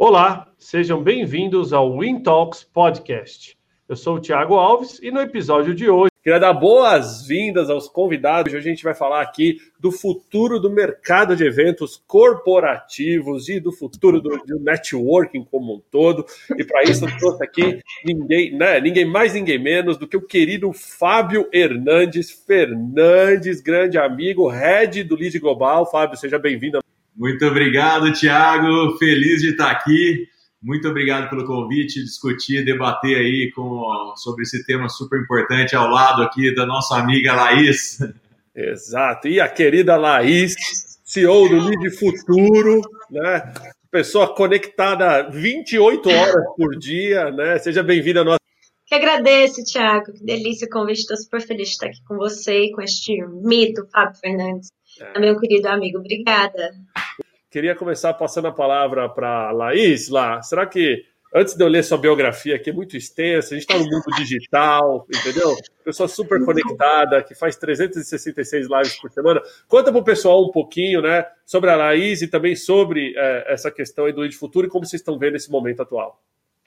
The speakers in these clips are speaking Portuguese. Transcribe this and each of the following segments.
Olá, sejam bem-vindos ao Win Talks Podcast. Eu sou o Thiago Alves e no episódio de hoje queria dar boas-vindas aos convidados. Hoje a gente vai falar aqui do futuro do mercado de eventos corporativos e do futuro do networking como um todo. E para isso eu trouxe aqui ninguém mais, ninguém menos do que o querido Fábio Hernandes, grande amigo, head do Lead Global. Fábio, seja bem-vindo. Muito obrigado, Thiago. Feliz de estar aqui. Muito obrigado pelo convite, discutir, debater aí sobre esse tema super importante ao lado aqui da nossa amiga Laís. Exato. E a querida Laís, CEO do Lead Futuro, né? Pessoa conectada 28 horas por dia, né? Seja bem-vinda a nossa. Que agradeço, Thiago. Que delícia o convite. Estou super feliz de estar aqui com você e com este mito, Fábio Hernandes. Meu querido amigo, obrigada. Queria começar passando a palavra para a Laís. Será que, antes de eu ler sua biografia, que é muito extensa, a gente está no mundo digital, entendeu? Pessoa super conectada, que faz 366 lives por semana. Conta para o pessoal um pouquinho, né, sobre a Laís e também sobre essa questão aí do Lead Futuro e como vocês estão vendo esse momento atual.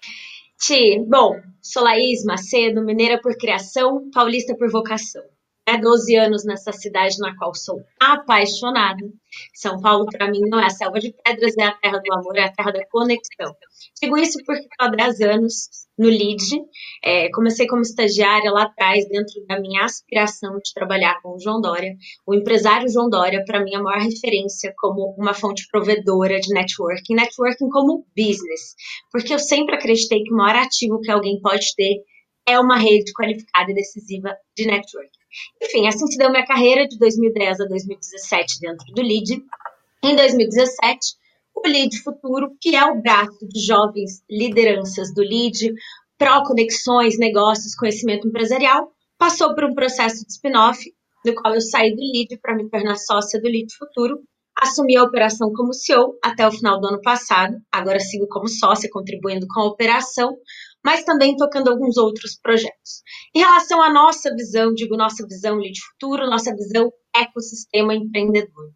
Bom, sou Laís Macedo, mineira por criação, paulista por vocação. 12 anos nessa cidade na qual sou apaixonada. São Paulo, para mim, não é a selva de pedras, é a terra do amor, é a terra da conexão. Digo isso porque estou há 10 anos no Lead. Comecei como estagiária lá atrás, dentro da minha aspiração de trabalhar com o João Dória. O empresário João Dória, para mim, é a maior referência como uma fonte provedora de networking como business. Porque eu sempre acreditei que o maior ativo que alguém pode ter é uma rede qualificada e decisiva de networking. Enfim, assim se deu minha carreira de 2010 a 2017 dentro do Lead. Em 2017, o Lead Futuro, que é o braço de jovens lideranças do Lead, pró-conexões, negócios, conhecimento empresarial, passou por um processo de spin-off, no qual eu saí do Lead para me tornar sócia do Lead Futuro, assumi a operação como CEO até o final do ano passado, agora sigo como sócia, contribuindo com a operação, mas também tocando alguns outros projetos. Em relação à nossa visão, nossa visão Lead Futuro, nossa visão ecossistema empreendedor.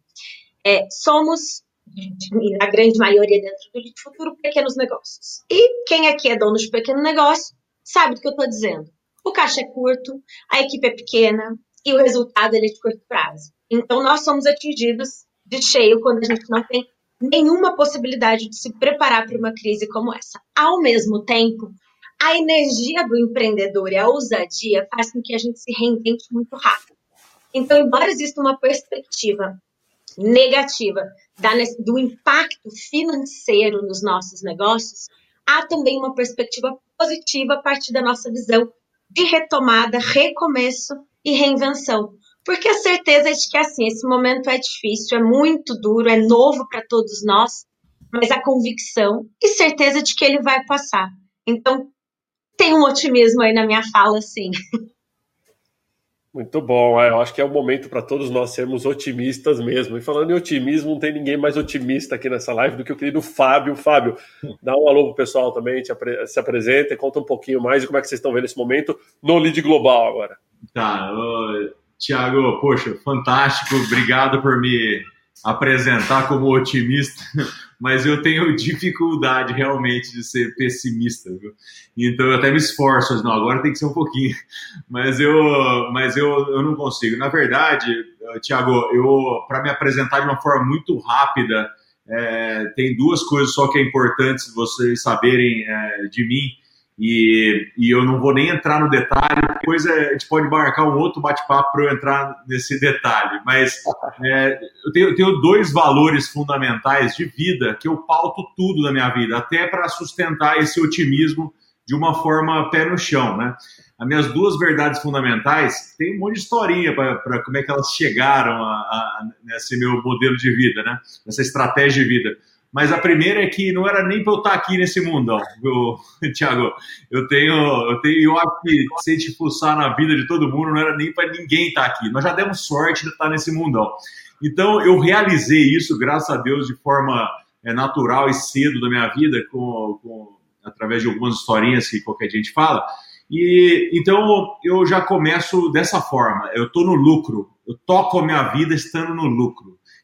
Somos, na grande maioria dentro do Lead Futuro, pequenos negócios. E quem aqui é dono de pequeno negócio sabe do que eu estou dizendo. O caixa é curto, a equipe é pequena e o resultado é de curto prazo. Então, nós somos atingidos de cheio quando a gente não tem nenhuma possibilidade de se preparar para uma crise como essa. Ao mesmo tempo, a energia do empreendedor e a ousadia faz com que a gente se reinvente muito rápido. Então, embora exista uma perspectiva negativa do impacto financeiro nos nossos negócios, há também uma perspectiva positiva a partir da nossa visão de retomada, recomeço e reinvenção. Porque a certeza é de que, assim, esse momento é difícil, é muito duro, é novo para todos nós, mas a convicção e certeza de que ele vai passar. Então, tem um otimismo aí na minha fala, sim. Muito bom, eu acho que é o momento para todos nós sermos otimistas mesmo. E falando em otimismo, não tem ninguém mais otimista aqui nessa live do que o querido Fábio. Fábio, dá um alô pro pessoal também, se apresenta e conta um pouquinho mais de como é que vocês estão vendo esse momento no Lead Global agora. Tá, Thiago, poxa, fantástico, obrigado por me apresentar como otimista, mas eu tenho dificuldade realmente de ser pessimista, viu? Então eu até me esforço, não, agora tem que ser um pouquinho, mas eu não consigo. Na verdade, Thiago, para me apresentar de uma forma muito rápida, tem duas coisas só que é importante vocês saberem de mim, e eu não vou nem entrar no detalhe, depois a gente pode marcar um outro bate-papo para eu entrar nesse detalhe, mas eu tenho dois valores fundamentais de vida que eu pauto tudo na minha vida, até para sustentar esse otimismo de uma forma pé no chão, né? As minhas duas verdades fundamentais, tem um monte de historinha para como é que elas chegaram nesse meu modelo de vida, né? Nessa estratégia de vida. Mas a primeira é que não era nem para eu estar aqui nesse mundão, Thiago. Eu acho que se a gente fuçar na vida de todo mundo, não era nem para ninguém estar aqui. Nós já demos sorte de estar nesse mundão. Então, eu realizei isso, graças a Deus, de forma natural e cedo da minha vida, através de algumas historinhas que qualquer dia a gente fala. E então, eu já começo dessa forma. Eu estou no lucro. Eu toco a minha vida estando no lucro.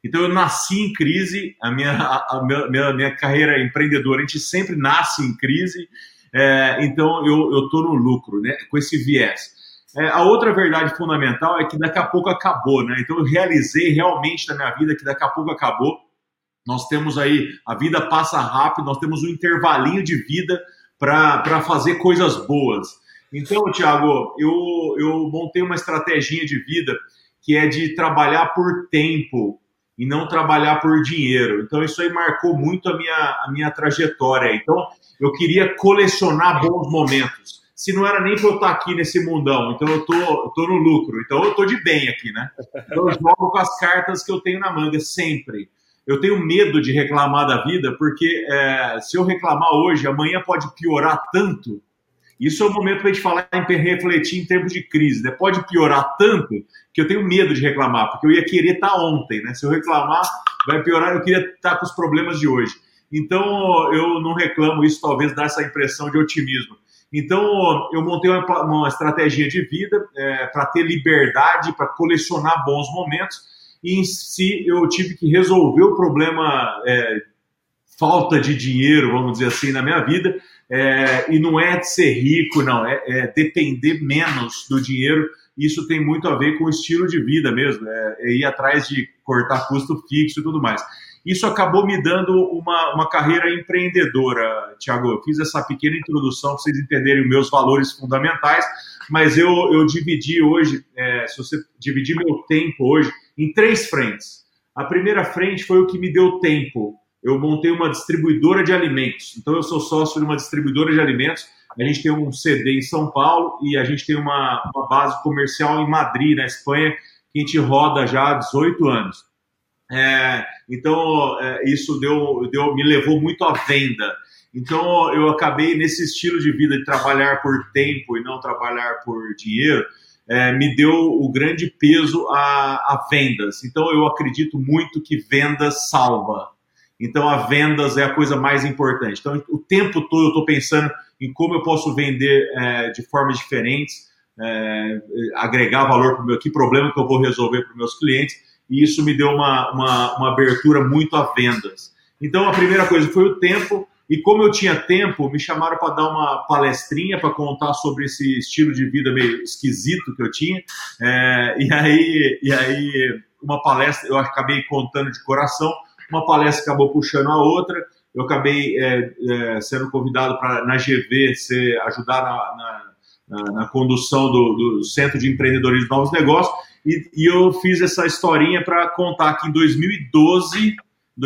Então eu nasci em crise, a minha carreira empreendedora, a gente sempre nasce em crise, então eu estou no lucro, né, com esse viés. A outra verdade fundamental é que daqui a pouco acabou, né? Então eu realizei realmente na minha vida que daqui a pouco acabou. Nós temos aí, a vida passa rápido, nós temos um intervalinho de vida para fazer coisas boas. Então, Thiago, eu montei uma estratégia de vida que é de trabalhar por tempo e não trabalhar por dinheiro. Então, isso aí marcou muito a minha trajetória. Então, eu queria colecionar bons momentos. Se não era nem para eu estar aqui nesse mundão, então eu tô no lucro. Então, eu tô de bem aqui, né? Então, eu jogo com as cartas que eu tenho na manga, sempre. Eu tenho medo de reclamar da vida, porque se eu reclamar hoje, amanhã pode piorar tanto. Isso é o momento para a gente falar em refletir em tempos de crise, né? Pode piorar tanto que eu tenho medo de reclamar, porque eu ia querer estar ontem, né? Se eu reclamar, vai piorar, eu queria estar com os problemas de hoje. Então, eu não reclamo, isso talvez dá essa impressão de otimismo. Então, eu montei uma estratégia de vida para ter liberdade, para colecionar bons momentos. E em si eu tive que resolver o problema falta de dinheiro, vamos dizer assim, na minha vida, e não é de ser rico, não, é depender menos do dinheiro. Isso tem muito a ver com o estilo de vida mesmo, é ir atrás de cortar custo fixo e tudo mais. Isso acabou me dando uma carreira empreendedora, Thiago. Eu fiz essa pequena introdução para vocês entenderem os meus valores fundamentais, mas eu dividi hoje, se você dividir meu tempo hoje, em 3 frentes. A primeira frente foi o que me deu tempo. Eu montei uma distribuidora de alimentos. Então, eu sou sócio de uma distribuidora de alimentos. A gente tem um CD em São Paulo e a gente tem uma base comercial em Madrid, na Espanha, que a gente roda já há 18 anos. Então, isso me levou muito à venda. Então, eu acabei nesse estilo de vida de trabalhar por tempo e não trabalhar por dinheiro, me deu o grande peso a vendas. Então, eu acredito muito que vendas salva. Então, a vendas é a coisa mais importante. Então, o tempo todo eu estou pensando em como eu posso vender de formas diferentes, agregar valor para o meu, que problema que eu vou resolver para os meus clientes, e isso me deu uma abertura muito a vendas. Então, a primeira coisa foi o tempo, e como eu tinha tempo, me chamaram para dar uma palestrinha para contar sobre esse estilo de vida meio esquisito que eu tinha, e aí uma palestra, eu acabei contando de coração, uma palestra acabou puxando a outra, eu acabei sendo convidado na GV ajudar na condução do Centro de Empreendedorismo de Novos Negócios, e eu fiz essa historinha para contar que em 2012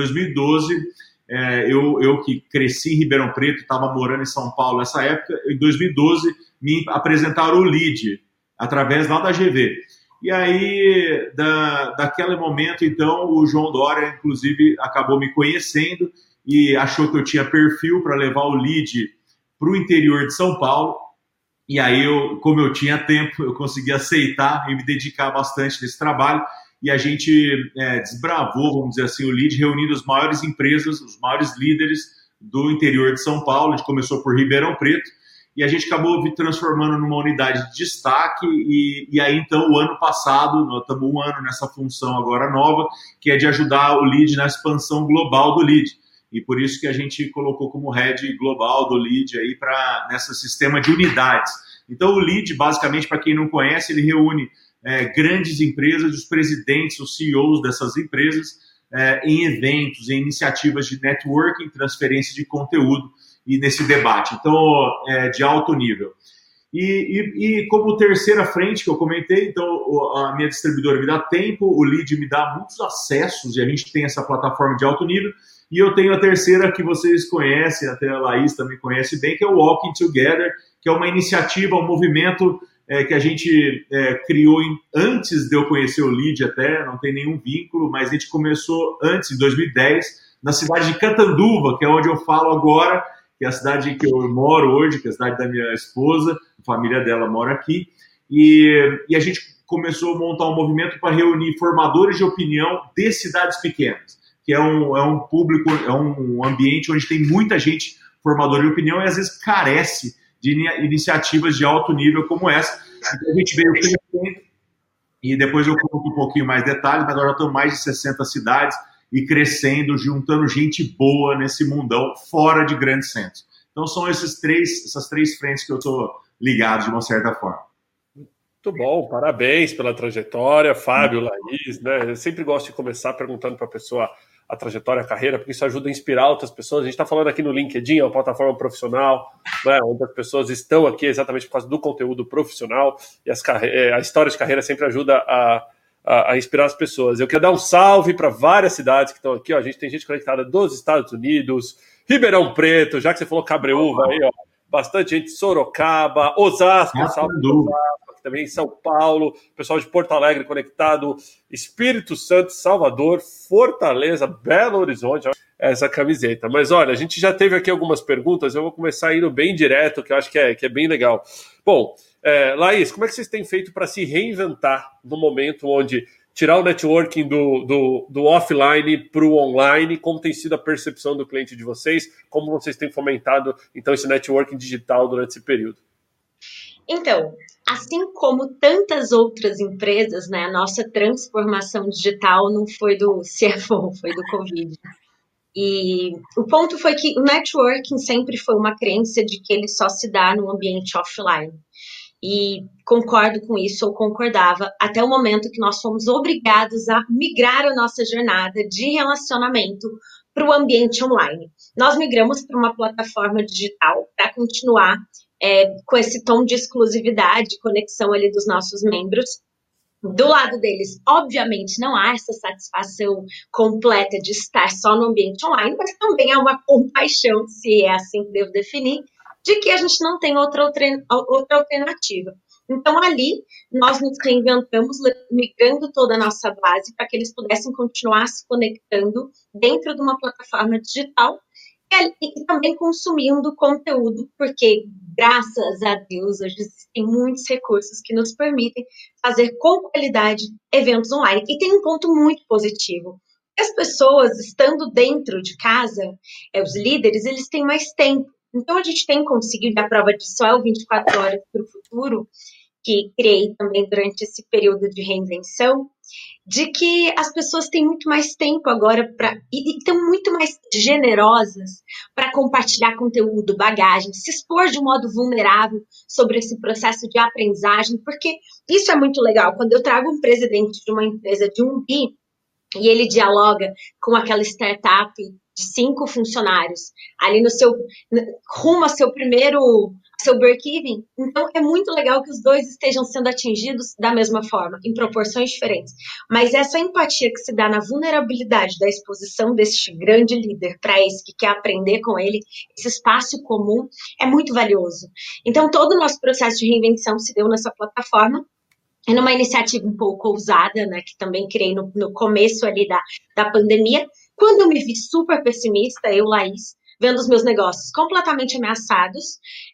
eu que cresci em Ribeirão Preto, estava morando em São Paulo nessa época, em 2012 me apresentaram o LEAD, através lá da GV. E aí, daquele momento, então, o João Dória, inclusive, acabou me conhecendo e achou que eu tinha perfil para levar o LEAD para o interior de São Paulo. E aí, como eu tinha tempo, eu consegui aceitar e me dedicar bastante nesse trabalho. E a gente desbravou, vamos dizer assim, o LEAD, reunindo as maiores empresas, os maiores líderes do interior de São Paulo. A gente começou por Ribeirão Preto. E a gente acabou transformando numa unidade de destaque, e aí, então, o ano passado, nós estamos um ano nessa função agora nova, que é de ajudar o LEAD na expansão global do LEAD. E por isso que a gente colocou como head global do LEAD aí nesse sistema de unidades. Então, o LEAD, basicamente, para quem não conhece, ele reúne grandes empresas, os presidentes, os CEOs dessas empresas, em eventos, em iniciativas de networking, transferência de conteúdo, e nesse debate, então, de alto nível. E como terceira frente que eu comentei, então, a minha distribuidora me dá tempo, o LEAD me dá muitos acessos, e a gente tem essa plataforma de alto nível, e eu tenho a terceira que vocês conhecem, até a Laís também conhece bem, que é o Walking Together, que é uma iniciativa, um movimento que a gente criou antes de eu conhecer o LEAD até, não tem nenhum vínculo, mas a gente começou antes, em 2010, na cidade de Catanduva, que é onde eu falo agora, que é a cidade que eu moro hoje, que é a cidade da minha esposa, a família dela mora aqui, e a gente começou a montar um movimento para reunir formadores de opinião de cidades pequenas, que é um público, é um ambiente onde tem muita gente formadora de opinião e às vezes carece de iniciativas de alto nível como essa. Então a gente veio crescendo, E depois eu conto um pouquinho mais detalhes, mas agora estamos mais de 60 cidades e crescendo, juntando gente boa nesse mundão, fora de grandes centros. Então são essas três frentes que eu estou ligado de uma certa forma. Muito bom, parabéns pela trajetória, Fábio, Laís, né? Eu sempre gosto de começar perguntando para a pessoa a trajetória, a carreira, porque isso ajuda a inspirar outras pessoas. A gente está falando aqui no LinkedIn, é uma plataforma profissional, né, onde as pessoas estão aqui exatamente por causa do conteúdo profissional, e a história de carreira sempre ajuda a inspirar as pessoas. Eu quero dar um salve para várias cidades que estão aqui, ó. A gente tem gente conectada dos Estados Unidos, Ribeirão Preto, já que você falou Cabreúva aí, ó, bastante gente, Sorocaba, Osasco, salve Osasco, também São Paulo, pessoal de Porto Alegre conectado, Espírito Santo, Salvador, Fortaleza, Belo Horizonte, essa camiseta. Mas olha, a gente já teve aqui algumas perguntas, eu vou começar indo bem direto, que eu acho que é bem legal. Bom, Laís, como é que vocês têm feito para se reinventar no momento onde tirar o networking do offline para o online? Como tem sido a percepção do cliente de vocês? Como vocês têm fomentado, então, esse networking digital durante esse período? Então, assim como tantas outras empresas, né, a nossa transformação digital não foi do CFO, foi do Covid. E o ponto foi que o networking sempre foi uma crença de que ele só se dá no ambiente offline. E concordo com isso, ou concordava, até o momento que nós fomos obrigados a migrar a nossa jornada de relacionamento para o ambiente online. Nós migramos para uma plataforma digital para continuar com esse tom de exclusividade, conexão ali dos nossos membros. Do lado deles, obviamente, não há essa satisfação completa de estar só no ambiente online, mas também há uma compaixão, se é assim que devo definir, de que a gente não tem outra alternativa. Então, ali, nós nos reinventamos, migrando toda a nossa base para que eles pudessem continuar se conectando dentro de uma plataforma digital e também consumindo conteúdo, porque, graças a Deus, hoje existem muitos recursos que nos permitem fazer com qualidade eventos online. E tem um ponto muito positivo. As pessoas, estando dentro de casa, os líderes, eles têm mais tempo. Então, a gente tem conseguido, a prova disso é o 24 horas para o futuro, que criei também durante esse período de reinvenção, de que as pessoas têm muito mais tempo agora e estão muito mais generosas para compartilhar conteúdo, bagagem, se expor de um modo vulnerável sobre esse processo de aprendizagem, porque isso é muito legal. Quando eu trago um presidente de uma empresa de 1 bi e ele dialoga com aquela startup de 5 funcionários, ali rumo ao seu break-even, então é muito legal que os dois estejam sendo atingidos da mesma forma, em proporções diferentes. Mas essa empatia que se dá na vulnerabilidade da exposição deste grande líder para esse que quer aprender com ele, esse espaço comum, é muito valioso. Então todo o nosso processo de reinvenção se deu nessa plataforma, é numa iniciativa um pouco ousada, né, que também criei no começo ali da pandemia, quando eu me vi super pessimista, eu, Laís, vendo os meus negócios completamente ameaçados,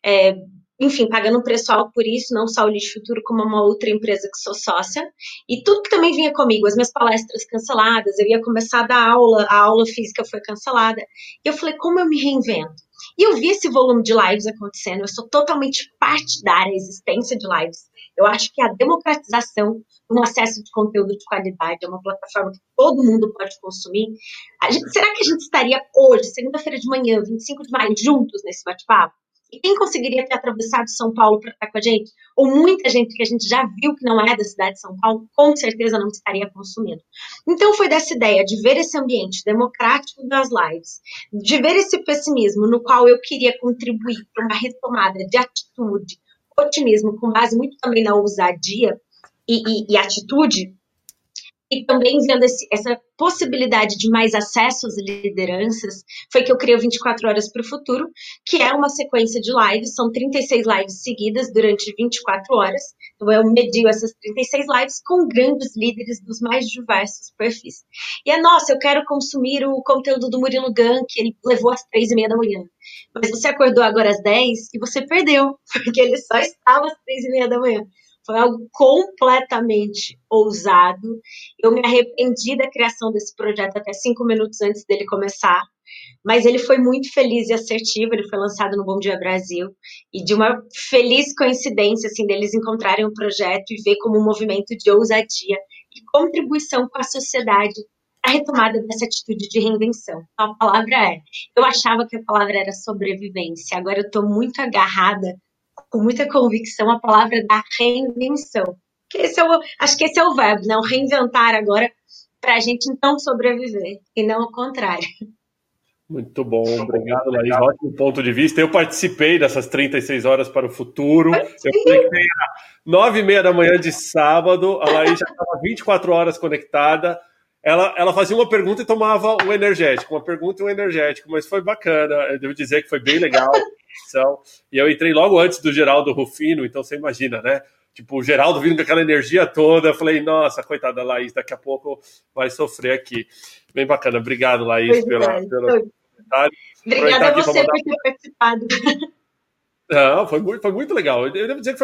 enfim, pagando um preço alto por isso, não só o Lixo Futuro, como uma outra empresa que sou sócia, e tudo que também vinha comigo, as minhas palestras canceladas, eu ia começar a dar aula, a aula física foi cancelada, e eu falei, como eu me reinvento? E eu vi esse volume de lives acontecendo, eu sou totalmente partidária da existência de lives. Eu acho que a democratização do acesso de conteúdo de qualidade é uma plataforma que todo mundo pode consumir. Será que a gente estaria hoje, segunda-feira de manhã, 25 de maio, juntos nesse bate-papo? E quem conseguiria ter atravessado São Paulo para estar com a gente? Ou muita gente que a gente já viu que não é da cidade de São Paulo, com certeza não estaria consumindo. Então foi dessa ideia de ver esse ambiente democrático das lives, de ver esse pessimismo no qual eu queria contribuir para uma retomada de atitude, otimismo, com base muito também na ousadia e atitude, e também vendo essa possibilidade de mais acesso às lideranças, foi que eu criei o 24 Horas para o Futuro, que é uma sequência de lives, são 36 lives seguidas durante 24 horas, então eu medio essas 36 lives com grandes líderes dos mais diversos perfis. E nossa, eu quero consumir o conteúdo do Murilo Gun, que ele levou às 3h30 da manhã. Mas você acordou agora às 10 e você perdeu, porque ele só estava às 3h30 da manhã. Foi algo completamente ousado. Eu me arrependi da criação desse projeto até 5 minutos antes dele começar, mas ele foi muito feliz e assertivo. Ele foi lançado no Bom Dia Brasil, e de uma feliz coincidência, assim, deles encontrarem o projeto e ver como um movimento de ousadia e contribuição com a sociedade a retomada dessa atitude de reinvenção. Então, a palavra eu achava que a palavra era sobrevivência, agora eu estou muito agarrada, com muita convicção, a palavra da reinvenção. Acho que esse é o verbo, né? O reinventar agora, para a gente não sobreviver, e não o contrário. Muito bom, obrigado, Laís. Ótimo ponto de vista. Eu participei dessas 36 horas para o futuro. Eu conectei às 9h30 da manhã de sábado. A Laís já estava 24 horas conectada. Ela fazia uma pergunta e tomava um energético. Uma pergunta e um energético, mas foi bacana. Eu devo dizer que foi bem legal. E eu entrei logo antes do Geraldo Rufino, então você imagina, né? Tipo, o Geraldo vindo com aquela energia toda. Eu falei, nossa, coitada da Laís, daqui a pouco vai sofrer aqui. Bem bacana. Obrigado, Laís, pelo comentário. Obrigada a você por ter participado. Não, foi muito legal. Eu devo dizer que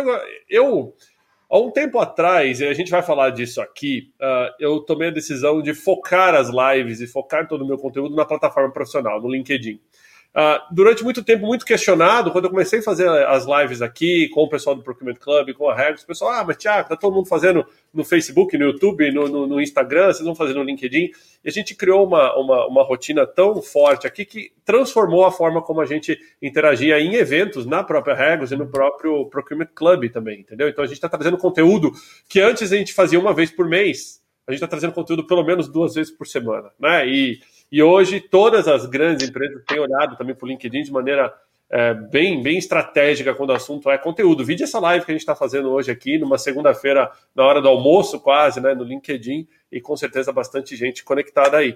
há um tempo atrás, e a gente vai falar disso aqui, eu tomei a decisão de focar as lives e focar todo o meu conteúdo na plataforma profissional, no LinkedIn. Durante muito tempo, muito questionado, quando eu comecei a fazer as lives aqui com o pessoal do Procurement Club, com a Regos, o pessoal, mas Thiago, tá todo mundo fazendo no Facebook, no YouTube, no Instagram, vocês vão fazer no LinkedIn. E a gente criou uma rotina tão forte aqui que transformou a forma como a gente interagia em eventos na própria Regos e no próprio Procurement Club também, entendeu? Então a gente está trazendo conteúdo que antes a gente fazia uma vez por mês, a gente está trazendo conteúdo pelo menos 2 vezes por semana, né? E hoje todas as grandes empresas têm olhado também para o LinkedIn de maneira bem estratégica quando o assunto é conteúdo. Vide essa live que a gente está fazendo hoje aqui, numa segunda-feira, na hora do almoço quase, né, no LinkedIn, e com certeza bastante gente conectada aí.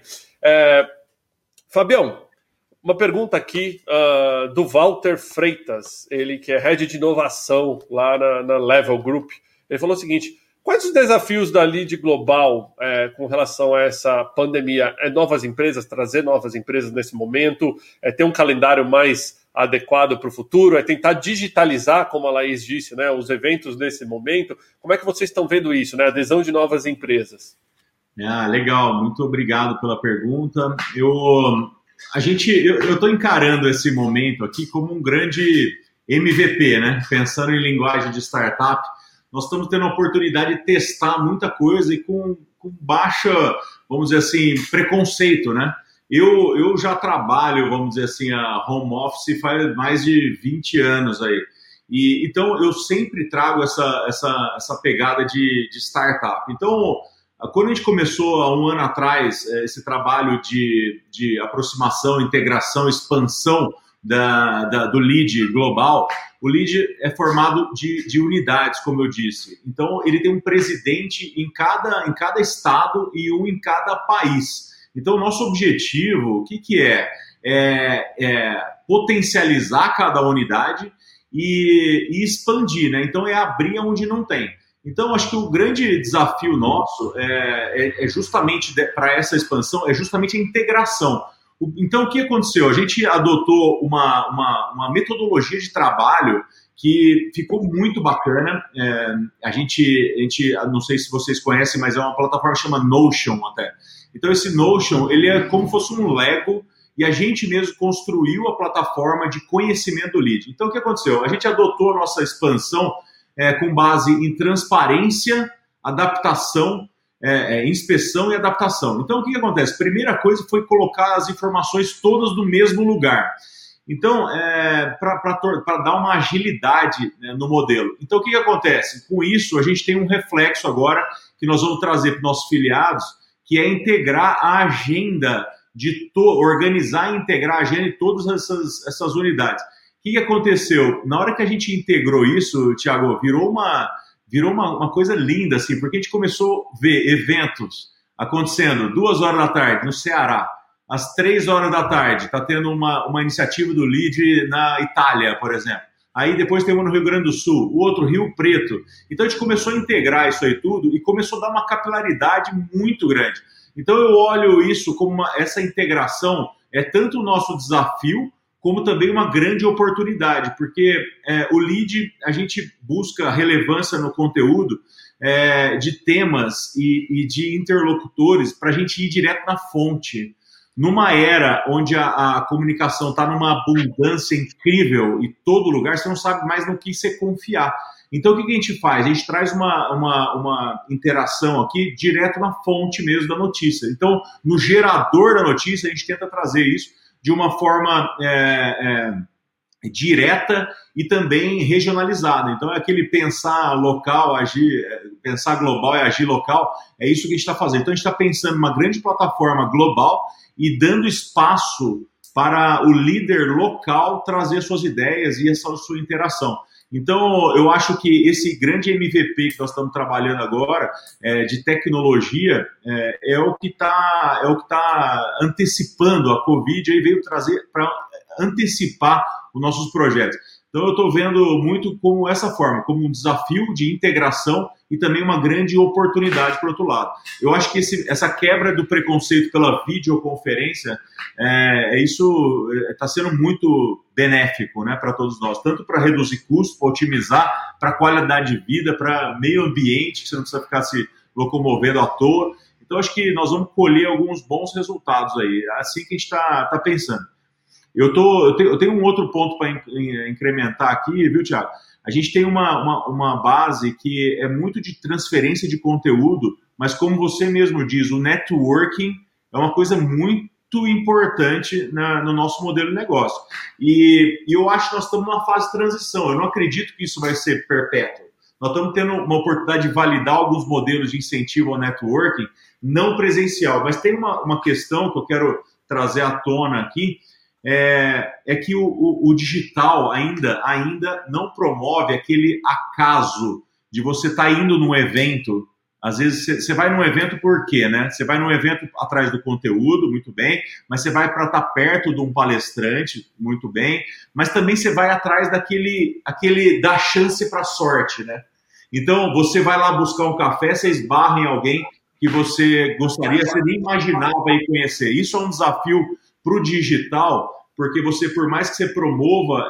Fabião, uma pergunta aqui do Walter Freitas, ele que é Head de Inovação lá na Level Group. Ele falou o seguinte: quais os desafios da Lead Global com relação a essa pandemia? Novas empresas, trazer novas empresas nesse momento, ter um calendário mais adequado para o futuro, tentar digitalizar, como a Laís disse, né, os eventos nesse momento. Como é que vocês estão vendo isso, né, adesão de novas empresas? Legal, muito obrigado pela pergunta. Eu estou encarando esse momento aqui como um grande MVP, né? Pensando em linguagem de startup, nós estamos tendo a oportunidade de testar muita coisa e com baixa, vamos dizer assim, preconceito, né? Eu já trabalho, vamos dizer assim, a home office faz mais de 20 anos aí. Então, eu sempre trago essa pegada de startup. Então, quando a gente começou há um ano atrás esse trabalho de aproximação, integração, expansão do Lead global, o Lead é formado de unidades, como eu disse. Então, ele tem um presidente em cada estado e um em cada país. Então, o nosso objetivo, o que é? É potencializar cada unidade e expandir, né? Então, é abrir onde não tem. Então, acho que o grande desafio nosso é justamente para essa expansão, é justamente a integração. Então, o que aconteceu? A gente adotou uma metodologia de trabalho que ficou muito bacana. A gente, não sei se vocês conhecem, mas é uma plataforma que chama Notion até. Então, esse Notion, ele é como se fosse um Lego, e a gente mesmo construiu a plataforma de conhecimento do lead. Então, o que aconteceu? A gente adotou a nossa expansão com base em transparência, adaptação, inspeção e adaptação. Então, o que acontece? Primeira coisa foi colocar as informações todas no mesmo lugar. Então, para dar uma agilidade, né, no modelo. Então, o que acontece? Com isso, a gente tem um reflexo agora que nós vamos trazer para os nossos filiados, que é integrar a agenda, organizar e integrar a agenda de todas essas unidades. O que aconteceu? Na hora que a gente integrou isso, Thiago, virou uma coisa linda, assim, porque a gente começou a ver eventos acontecendo 2 horas da tarde no Ceará, às 3 horas da tarde, está tendo uma iniciativa do Lead na Itália, por exemplo. Aí depois tem uma no Rio Grande do Sul, o outro Rio Preto. Então a gente começou a integrar isso aí tudo e começou a dar uma capilaridade muito grande. Então eu olho isso como essa integração é tanto o nosso desafio como também uma grande oportunidade, porque o lead, a gente busca relevância no conteúdo de temas e de interlocutores para a gente ir direto na fonte. Numa era onde a comunicação está numa abundância incrível em todo lugar, você não sabe mais no que você confiar. Então, o que a gente faz? A gente traz uma interação aqui direto na fonte mesmo da notícia. Então, no gerador da notícia, a gente tenta trazer isso de uma forma direta e também regionalizada. Então, é aquele pensar local, agir, pensar global e agir local, é isso que a gente está fazendo. Então, a gente está pensando numa grande plataforma global e dando espaço para o líder local trazer suas ideias e essa sua interação. Então, eu acho que esse grande MVP que nós estamos trabalhando agora, de tecnologia, é o que tá antecipando a Covid e veio trazer para antecipar os nossos projetos. Então, eu estou vendo muito como essa forma, como um desafio de integração e também uma grande oportunidade, por outro lado. Eu acho que essa quebra do preconceito pela videoconferência, isso está sendo muito benéfico, né, para todos nós, tanto para reduzir custos, para otimizar, para qualidade de vida, para meio ambiente, que você não precisa ficar se locomovendo à toa. Então, acho que nós vamos colher alguns bons resultados aí. É assim que a gente está pensando. Eu tenho um outro ponto para incrementar aqui, viu, Thiago? A gente tem uma base que é muito de transferência de conteúdo, mas como você mesmo diz, o networking é uma coisa muito importante no nosso modelo de negócio. E eu acho que nós estamos numa fase de transição. Eu não acredito que isso vai ser perpétuo. Nós estamos tendo uma oportunidade de validar alguns modelos de incentivo ao networking, não presencial. Mas tem uma questão que eu quero trazer à tona aqui, é que o digital ainda não promove aquele acaso de você estar indo num evento. Às vezes você vai num evento por quê, né? Você vai num evento atrás do conteúdo, muito bem, mas você vai para estar perto de um palestrante, muito bem, mas também você vai atrás daquele da chance para sorte, né? Então, você vai lá buscar um café, você esbarra em alguém que você gostaria, você nem imaginava ir conhecer. Isso é um desafio para o digital, porque você, por mais que você promova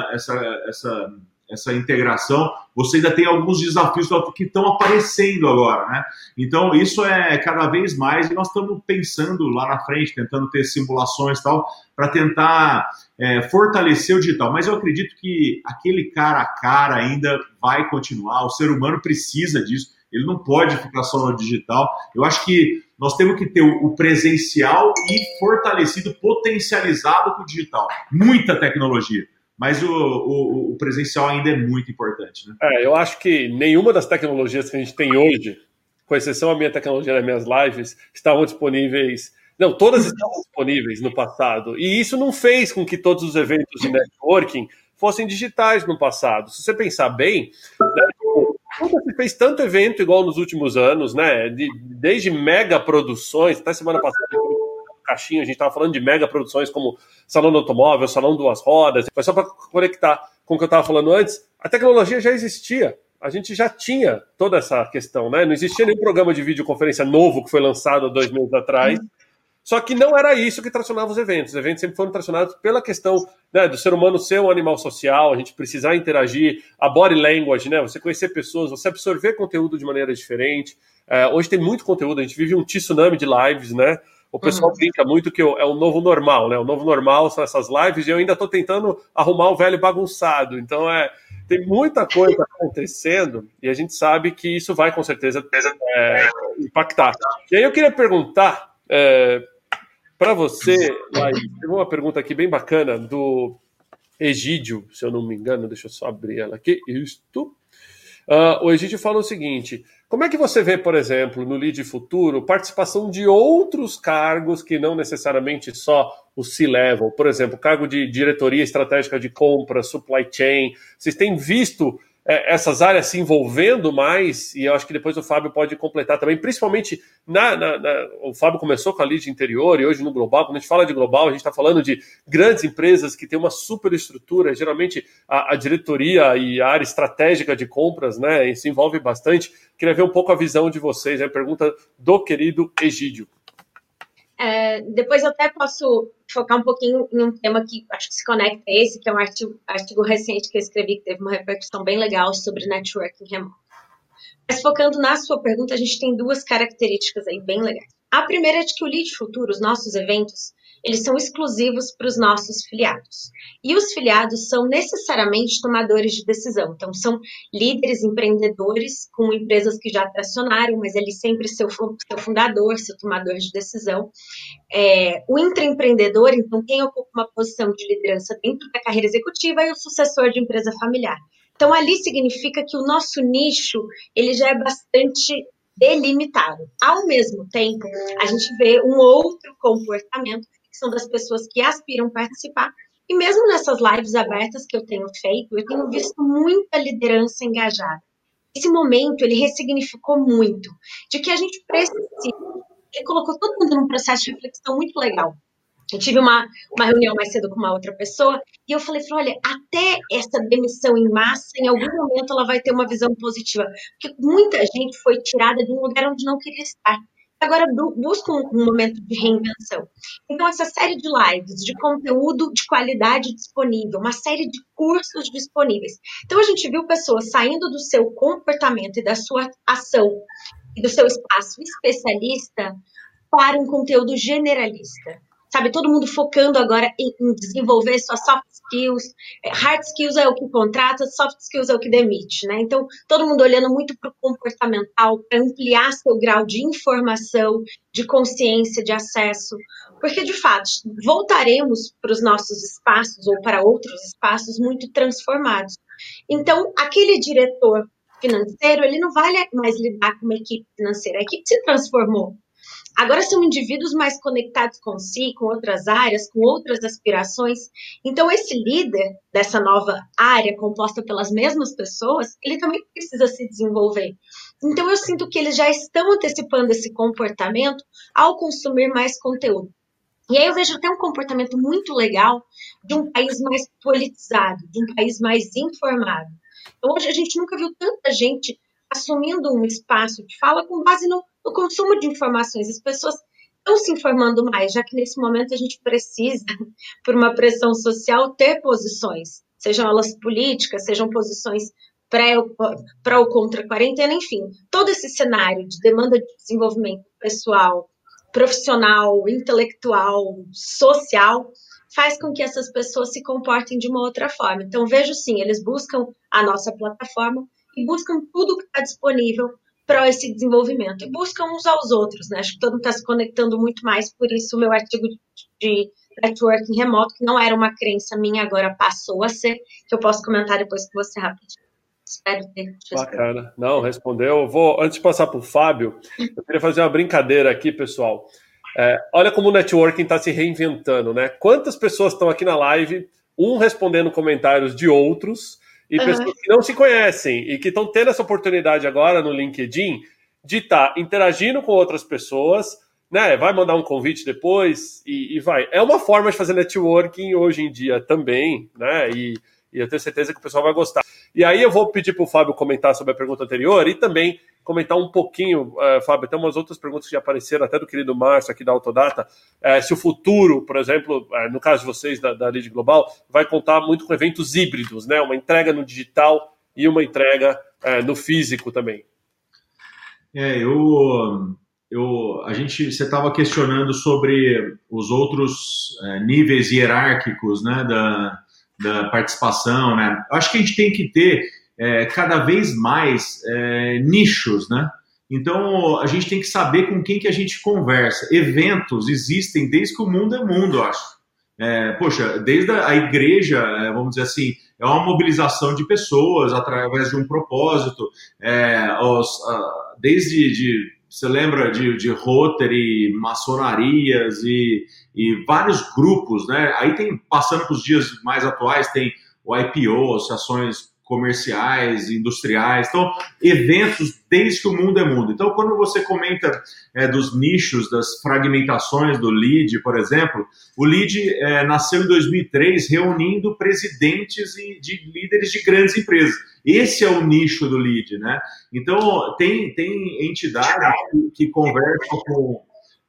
essa integração, você ainda tem alguns desafios que estão aparecendo agora, né? Então, isso é cada vez mais, e nós estamos pensando lá na frente, tentando ter simulações e tal, para tentar fortalecer o digital. Mas eu acredito que aquele cara a cara ainda vai continuar, o ser humano precisa disso, ele não pode ficar só no digital. Eu acho que nós temos que ter o presencial e fortalecido, potencializado com o digital. Muita tecnologia, mas o presencial ainda é muito importante, né? Eu acho que nenhuma das tecnologias que a gente tem hoje, com exceção a minha tecnologia das minhas lives, estavam disponíveis. Não, todas estavam disponíveis no passado. E isso não fez com que todos os eventos de networking fossem digitais no passado. Se você pensar bem, né, nunca se fez tanto evento igual nos últimos anos, né? Desde mega produções, até semana passada, caixinha, a gente estava falando de mega produções como Salão do Automóvel, Salão Duas Rodas. Mas só para conectar com o que eu estava falando antes, a tecnologia já existia. A gente já tinha toda essa questão, né? Não existia nenhum programa de videoconferência novo que foi lançado há 2 meses atrás. Só que não era isso que tracionava os eventos. Os eventos sempre foram tracionados pela questão, né, do ser humano ser um animal social, a gente precisar interagir, a body language, né, você conhecer pessoas, você absorver conteúdo de maneira diferente. Hoje tem muito conteúdo, a gente vive um tsunami de lives, né? O pessoal brinca muito que é o novo normal, né? O novo normal são essas lives e eu ainda estou tentando arrumar o velho bagunçado. Então, tem muita coisa acontecendo e a gente sabe que isso vai, com certeza, impactar. E aí eu queria perguntar para você, Laís, tem uma pergunta aqui bem bacana do Egídio, se eu não me engano, deixa eu só abrir ela aqui. O Egídio fala o seguinte: como é que você vê, por exemplo, no Lead Futuro, participação de outros cargos que não necessariamente só o C-Level? Por exemplo, cargo de diretoria estratégica de compra, supply chain. Vocês têm visto essas áreas se envolvendo mais? E eu acho que depois o Fábio pode completar também, principalmente o Fábio começou com a Lead Interior e hoje no Global. Quando a gente fala de Global, a gente está falando de grandes empresas que têm uma super estrutura, geralmente a diretoria e a área estratégica de compras, né, se envolve bastante. Queria ver um pouco a visão de vocês, a pergunta do querido Egídio. Depois eu até posso focar um pouquinho em um tema que acho que se conecta a esse, que é um artigo recente que eu escrevi, que teve uma repercussão bem legal sobre networking remoto. Mas focando na sua pergunta, a gente tem 2 características aí bem legais. A primeira é de que o Lead Futuro, os nossos eventos, eles são exclusivos para os nossos filiados. E os filiados são necessariamente tomadores de decisão. Então, são líderes, empreendedores com empresas que já tracionaram, mas ele sempre seu fundador, seu tomador de decisão. O intraempreendedor, então, quem ocupa uma posição de liderança dentro da carreira executiva e o sucessor de empresa familiar. Então, ali significa que o nosso nicho, ele já é bastante delimitado. Ao mesmo tempo, a gente vê um outro comportamento, que são das pessoas que aspiram participar. E mesmo nessas lives abertas que eu tenho feito, eu tenho visto muita liderança engajada. Esse momento, ele ressignificou muito, de que a gente precisa. Ele colocou todo mundo num processo de reflexão muito legal. Eu tive uma reunião mais cedo com uma outra pessoa e eu falei, olha, até essa demissão em massa, em algum momento ela vai ter uma visão positiva. Porque muita gente foi tirada de um lugar onde não queria estar. Agora busca um momento de reinvenção. Então, essa série de lives, de conteúdo de qualidade disponível, uma série de cursos disponíveis. Então, a gente viu pessoas saindo do seu comportamento e da sua ação e do seu espaço especialista para um conteúdo generalista. Sabe, todo mundo focando agora em desenvolver suas soft skills. Hard skills é o que contrata, soft skills é o que demite, né? Então, todo mundo olhando muito para o comportamental, para ampliar seu grau de informação, de consciência, de acesso. Porque, de fato, voltaremos para os nossos espaços ou para outros espaços muito transformados. Então, aquele diretor financeiro, ele não vai mais lidar com uma equipe financeira. A equipe se transformou. Agora são indivíduos mais conectados com si, com outras áreas, com outras aspirações. Então, esse líder dessa nova área, composta pelas mesmas pessoas, ele também precisa se desenvolver. Então, eu sinto que eles já estão antecipando esse comportamento ao consumir mais conteúdo. E aí eu vejo até um comportamento muito legal de um país mais politizado, de um país mais informado. Então, hoje a gente nunca viu tanta gente assumindo um espaço de fala com base no consumo de informações. As pessoas estão se informando mais, já que nesse momento a gente precisa, por uma pressão social, ter posições, sejam elas políticas, sejam posições pró ou contra a quarentena, enfim. Todo esse cenário de demanda de desenvolvimento pessoal, profissional, intelectual, social, faz com que essas pessoas se comportem de uma outra forma. Então, vejo sim, eles buscam a nossa plataforma e buscam tudo que está disponível para esse desenvolvimento. E buscam uns aos outros, né? Acho que todo mundo está se conectando muito mais, por isso o meu artigo de networking remoto, que não era uma crença minha, agora passou a ser, que eu posso comentar depois com você rapidinho. Espero ter. Bacana. Não, respondeu. Antes de passar para o Fábio, eu queria fazer uma brincadeira aqui, pessoal. Olha como o networking está se reinventando, né? Quantas pessoas estão aqui na live, respondendo comentários de outros, e pessoas que não se conhecem e que estão tendo essa oportunidade agora no LinkedIn de estar interagindo com outras pessoas, né? Vai mandar um convite depois e vai. É uma forma de fazer networking hoje em dia também, né? E eu tenho certeza que o pessoal vai gostar. E aí eu vou pedir para o Fábio comentar sobre a pergunta anterior e também comentar um pouquinho, Fábio, tem umas outras perguntas que já apareceram, até do querido Márcio aqui da Autodata, se o futuro, por exemplo, no caso de vocês da Lead Global, vai contar muito com eventos híbridos, né? Uma entrega no digital e uma entrega no físico também. Você estava questionando sobre os outros níveis hierárquicos, né, da participação, né? Eu acho que a gente tem que ter cada vez mais nichos, né? Então, a gente tem que saber com quem que a gente conversa. Eventos existem desde que o mundo é mundo, eu acho. Desde a igreja, vamos dizer assim, é uma mobilização de pessoas através de um propósito. Você lembra de Rotary, maçonarias e vários grupos, né? Aí passando para os dias mais atuais, tem o IPO, associações comerciais, industriais, então eventos desde que o mundo é mundo. Então, quando você comenta dos nichos, das fragmentações do LEAD, por exemplo, o LEAD nasceu em 2003 reunindo presidentes de líderes de grandes empresas. Esse é o nicho do LEAD, né? Então, tem entidades que conversam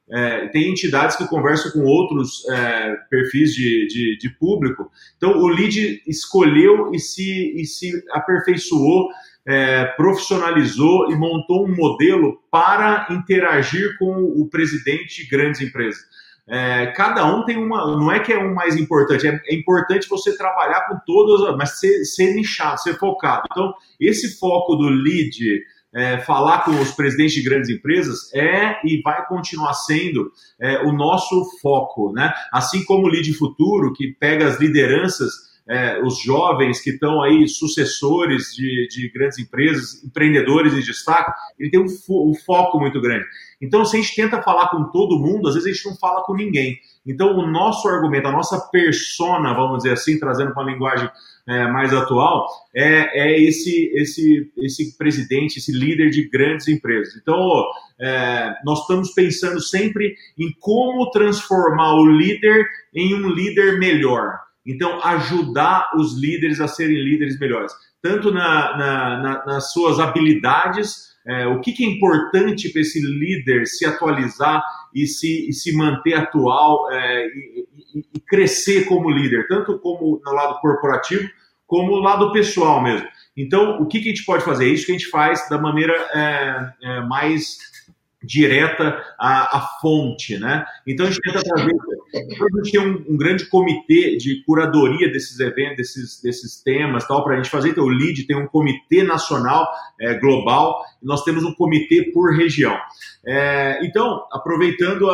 tem entidades que conversam com outros perfis de público. Então, o lead escolheu e se aperfeiçoou, profissionalizou e montou um modelo para interagir com o presidente de grandes empresas. Cada um tem não é que é um mais importante, é importante você trabalhar com todas, mas ser nichado, ser focado. Então, esse foco do lead, falar com os presidentes de grandes empresas e vai continuar sendo o nosso foco, né? Assim como o Lead Futuro, que pega as lideranças, os jovens que estão aí, sucessores de grandes empresas, empreendedores em destaque, ele tem um foco muito grande. Então, se a gente tenta falar com todo mundo, às vezes a gente não fala com ninguém. Então, o nosso argumento, a nossa persona, vamos dizer assim, trazendo para uma linguagem mais atual, é esse presidente, esse líder de grandes empresas. Então, nós estamos pensando sempre em como transformar o líder em um líder melhor. Então, ajudar os líderes a serem líderes melhores, tanto nas suas habilidades, o que é importante para esse líder se atualizar e se manter atual e crescer como líder, tanto como no lado corporativo, como no lado pessoal mesmo. Então, o que a gente pode fazer? É isso que a gente faz da maneira mais direta à fonte, né? Então, a gente tenta trazer... A gente tem um grande comitê de curadoria desses eventos, desses temas, tal, para a gente fazer. Então, o LEAD tem um comitê nacional, global, e nós temos um comitê por região. Então, aproveitando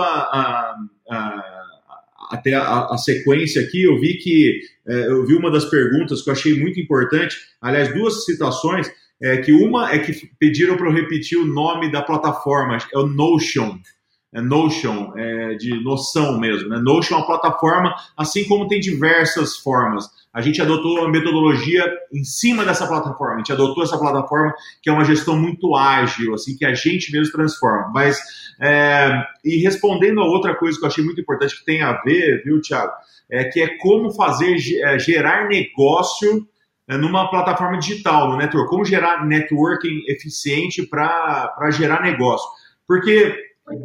até a sequência aqui, eu vi uma das perguntas que eu achei muito importante, aliás, duas citações, que uma é que pediram para eu repetir o nome da plataforma, é o Notion. Notion, de noção mesmo, né? Notion é uma plataforma, assim como tem diversas formas. A gente adotou uma metodologia em cima dessa plataforma, a gente adotou essa plataforma que é uma gestão muito ágil, assim, que a gente mesmo transforma. Mas, e respondendo a outra coisa que eu achei muito importante, que tem a ver, viu, Thiago, que é como fazer, gerar negócio numa plataforma digital, no network, como gerar networking eficiente para gerar negócio. Porque...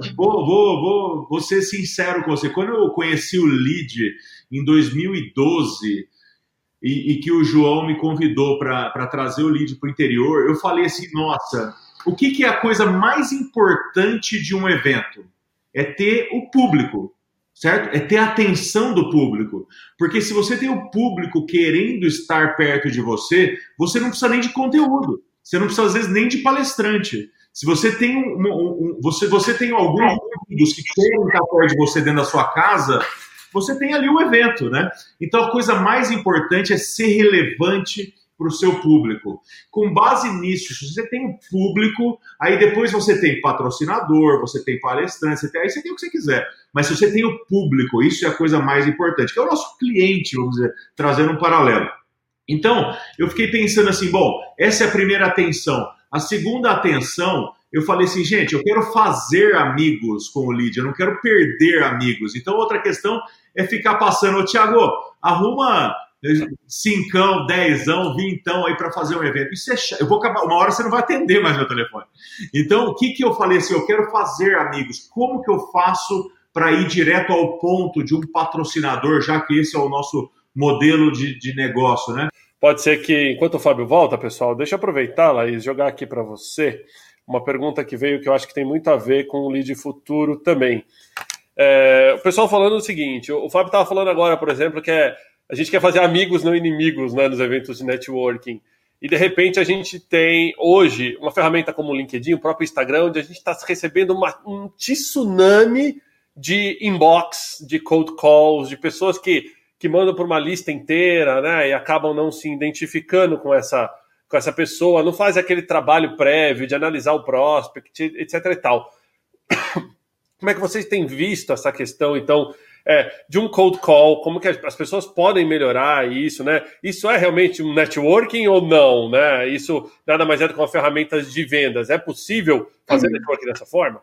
Vou ser sincero com você. Quando eu conheci o LEAD em 2012 e que o João me convidou para trazer o LEAD para o interior, eu falei assim, nossa, o que é a coisa mais importante de um evento? É ter o público, certo? É ter a atenção do público. Porque se você tem o público querendo estar perto de você, você não precisa nem de conteúdo. Você não precisa, às vezes, nem de palestrante. Se você tem você tem alguns amigos que querem estar perto de você dentro da sua casa, você tem ali um evento, né? Então a coisa mais importante é ser relevante para o seu público. Com base nisso, se você tem um público, aí depois você tem patrocinador, você tem palestrante, aí você tem o que você quiser. Mas se você tem o público, isso é a coisa mais importante, que é o nosso cliente, vamos dizer, trazendo um paralelo. Então, eu fiquei pensando assim, bom, essa é a primeira atenção. A segunda atenção, eu falei assim, gente, eu quero fazer amigos com o LEAD, eu não quero perder amigos. Então, outra questão é ficar passando, Thiago, arruma 5, 10, 20 aí para fazer um evento. Isso é chato. Eu vou acabar, uma hora você não vai atender mais meu telefone. Então, o que eu falei assim, eu quero fazer amigos. Como que eu faço para ir direto ao ponto de um patrocinador, já que esse é o nosso modelo de negócio, né? Pode ser que, enquanto o Fábio volta, pessoal, deixa eu aproveitar, Laís, jogar aqui para você uma pergunta que veio que eu acho que tem muito a ver com o Lead Futuro também. O pessoal falando o seguinte, o Fábio estava falando agora, por exemplo, que a gente quer fazer amigos, não inimigos, né, nos eventos de networking. E, de repente, a gente tem, hoje, uma ferramenta como o LinkedIn, o próprio Instagram, onde a gente está recebendo um tsunami de inbox, de cold calls, de pessoas que mandam por uma lista inteira, né, e acabam não se identificando com essa pessoa, não faz aquele trabalho prévio de analisar o prospect, etc. e tal. Como é que vocês têm visto essa questão, então, de um cold call? Como que as pessoas podem melhorar isso, né? Isso é realmente um networking ou não, né? Isso nada mais é do que uma ferramenta de vendas. É possível fazer networking dessa forma?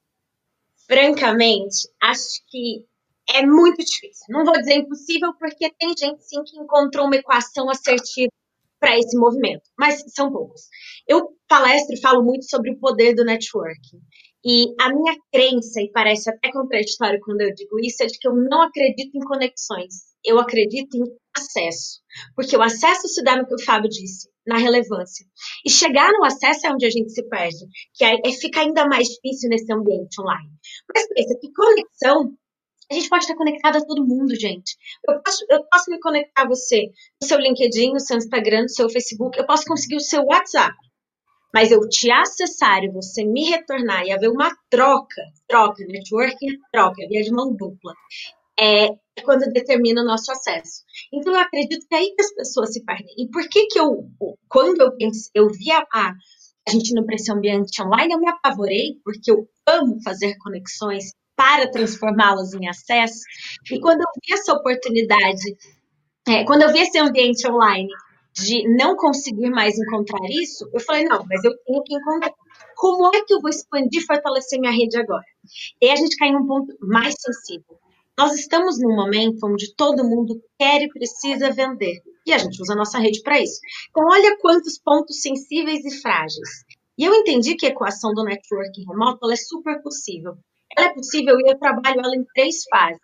Francamente, acho que é muito difícil. Não vou dizer impossível, porque tem gente, sim, que encontrou uma equação assertiva para esse movimento, mas são poucos. Eu palestro e falo muito sobre o poder do networking. E a minha crença, e parece até contraditório quando eu digo isso, é de que eu não acredito em conexões. Eu acredito em acesso. Porque o acesso se dá no que o Fábio disse, na relevância. E chegar no acesso é onde a gente se perde, que fica ainda mais difícil nesse ambiente online. Mas pensa que conexão, a gente pode estar conectado a todo mundo, gente. Eu posso me conectar a você no seu LinkedIn, no seu Instagram, no seu Facebook, eu posso conseguir o seu WhatsApp. Mas eu te acessar e você me retornar e haver uma troca, networking é troca, é via de mão dupla. É quando determina o nosso acesso. Então, eu acredito que é aí que as pessoas se perdem. E por que quando eu vi a gente no esse ambiente online, eu me apavorei, porque eu amo fazer conexões para transformá-las em acesso. E quando eu vi essa oportunidade, quando eu vi esse ambiente online de não conseguir mais encontrar isso, eu falei, não, mas eu tenho que encontrar. Como é que eu vou expandir e fortalecer minha rede agora? E aí a gente cai num ponto mais sensível. Nós estamos num momento onde todo mundo quer e precisa vender. E a gente usa a nossa rede para isso. Então, olha quantos pontos sensíveis e frágeis. E eu entendi que a equação do networking remoto ela é super possível. Ela é possível e eu trabalho ela em 3 fases.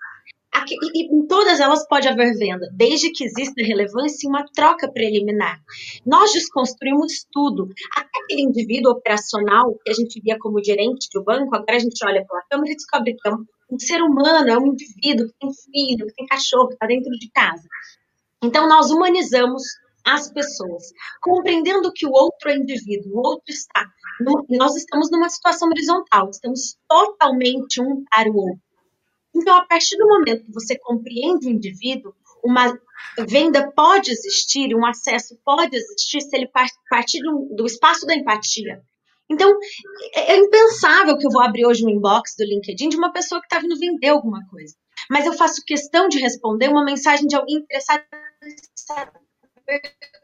E em todas elas pode haver venda, desde que exista relevância e uma troca preliminar. Nós desconstruímos tudo. Até aquele indivíduo operacional que a gente via como gerente do banco, agora a gente olha pela câmera e descobre que é um ser humano, é um indivíduo que tem filho, que tem cachorro, que está dentro de casa. Então, nós humanizamos as pessoas, compreendendo que o outro é indivíduo, o outro está. Nós estamos numa situação horizontal, estamos totalmente um para o outro. Então, a partir do momento que você compreende o indivíduo, uma venda pode existir, um acesso pode existir se ele partir do espaço da empatia. Então, é impensável que eu vou abrir hoje um inbox do LinkedIn de uma pessoa que está vindo vender alguma coisa. Mas eu faço questão de responder uma mensagem de alguém interessado em saber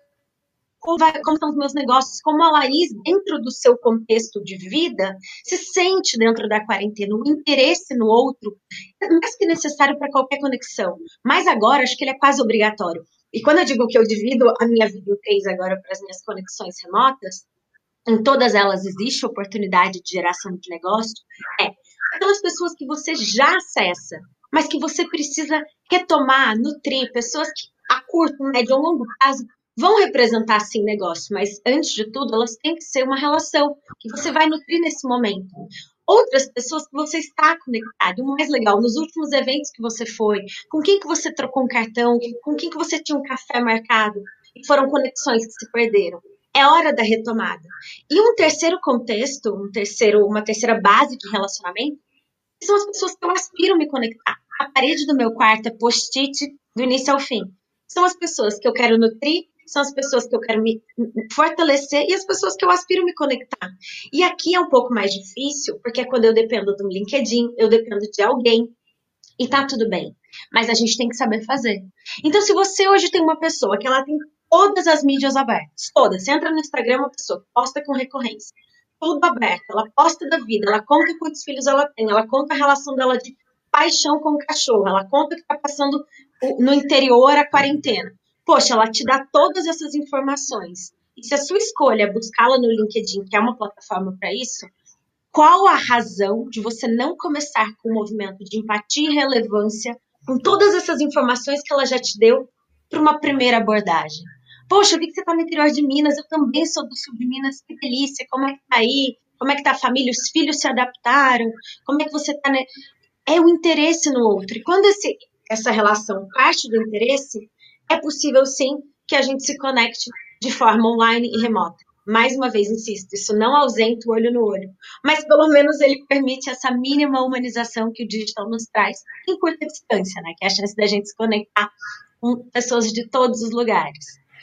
como estão os meus negócios, como a Laís, dentro do seu contexto de vida, se sente dentro da quarentena, o interesse no outro é mais que necessário para qualquer conexão. Mas agora, acho que ele é quase obrigatório. E quando eu digo que eu divido a minha vida em 3 agora para as minhas conexões remotas, em todas elas existe oportunidade de geração de negócio, aquelas pessoas que você já acessa, mas que você precisa retomar, nutrir, pessoas que a curto, médio ou longo prazo vão representar, sim, negócio, mas, antes de tudo, elas têm que ser uma relação que você vai nutrir nesse momento. Outras pessoas que você está conectado. O mais legal, nos últimos eventos que você foi, com quem que você trocou um cartão, com quem que você tinha um café marcado, e foram conexões que se perderam. É hora da retomada. E um terceiro contexto, uma terceira base de relacionamento, são as pessoas que eu aspiro a me conectar. A parede do meu quarto é post-it do início ao fim. São as pessoas que eu quero nutrir, são as pessoas que eu quero me fortalecer e as pessoas que eu aspiro me conectar. E aqui é um pouco mais difícil, porque é quando eu dependo do LinkedIn, eu dependo de alguém, e tá tudo bem. Mas a gente tem que saber fazer. Então, se você hoje tem uma pessoa que ela tem todas as mídias abertas, todas, você entra no Instagram, uma pessoa que posta com recorrência, tudo aberto, ela posta da vida, ela conta quantos filhos ela tem, ela conta a relação dela de paixão com o cachorro, ela conta que tá passando no interior a quarentena. Poxa, ela te dá todas essas informações. E se a sua escolha é buscá-la no LinkedIn, que é uma plataforma para isso, qual a razão de você não começar com um movimento de empatia e relevância com todas essas informações que ela já te deu para uma primeira abordagem? Poxa, eu vi que você está no interior de Minas, eu também sou do sul de Minas, que delícia, como é que tá aí? Como é que tá a família? Os filhos se adaptaram? Como é que você tá... É o interesse no outro. E quando essa relação parte do interesse, é possível, sim, que a gente se conecte de forma online e remota. Mais uma vez, insisto, isso não ausenta o olho no olho, mas pelo menos ele permite essa mínima humanização que o digital nos traz em curta distância, né? Que é a chance da gente se conectar com pessoas de todos os lugares.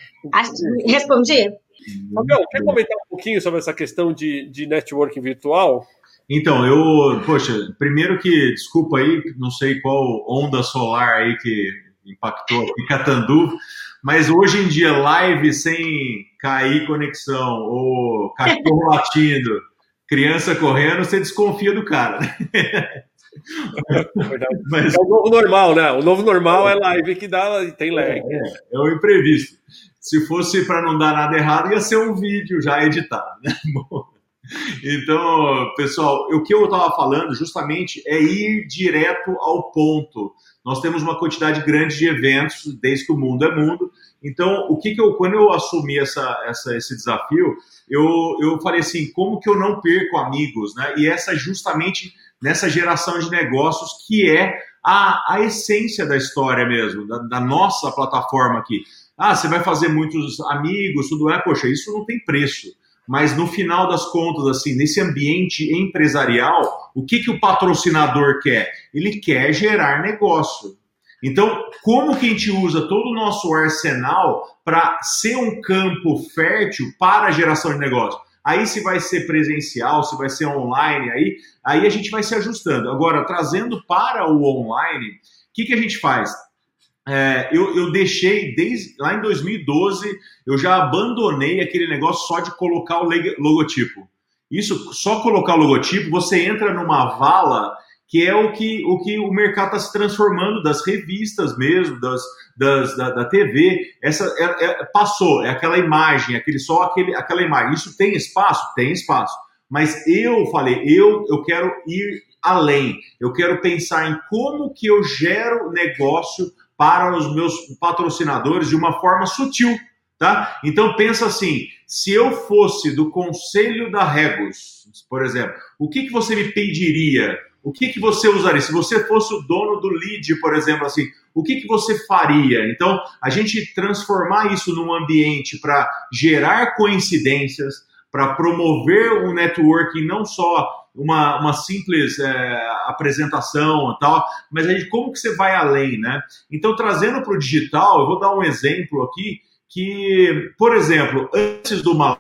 Respondi? Fabião, quer comentar um pouquinho sobre essa questão de networking virtual? Então, primeiro que, desculpa aí, não sei qual onda solar aí que impactou aqui Catandu, mas hoje em dia, live sem cair conexão, ou cachorro latindo, criança correndo, você desconfia do cara. Mas... É o novo normal, né? O novo normal é live que tem lag. É o imprevisto. Se fosse para não dar nada errado, ia ser um vídeo já editado, né? Então, pessoal, o que eu estava falando justamente é ir direto ao ponto. Nós temos uma quantidade grande de eventos, desde que o mundo é mundo. Então, quando eu assumi esse desafio, eu falei assim, como que eu não perco amigos, né? E essa justamente nessa geração de negócios que é a essência da história mesmo, da nossa plataforma aqui. Você vai fazer muitos amigos, tudo poxa, isso não tem preço. Mas no final das contas, assim, nesse ambiente empresarial, o que o patrocinador quer? Ele quer gerar negócio. Então, como que a gente usa todo o nosso arsenal para ser um campo fértil para a geração de negócio? Aí se vai ser presencial, se vai ser online, aí a gente vai se ajustando. Agora, trazendo para o online, o que a gente faz? Eu deixei, desde lá em 2012, eu já abandonei aquele negócio só de colocar o logotipo. Isso, só colocar o logotipo, você entra numa vala que é o que o mercado está se transformando, das revistas mesmo, da TV. Passou, é aquela imagem, aquela imagem. Isso tem espaço? Tem espaço. Mas eu falei, eu quero ir além. Eu quero pensar em como que eu gero negócio para os meus patrocinadores de uma forma sutil, tá? Então pensa assim, se eu fosse do conselho da Regus, por exemplo, o que você me pediria? O que você usaria? Se você fosse o dono do lead, por exemplo, assim, o que você faria? Então, a gente transformar isso num ambiente para gerar coincidências, para promover um networking, não só uma simples apresentação e tal, mas aí como que você vai além, né? Então, trazendo para o digital, eu vou dar um exemplo aqui, que, por exemplo, antes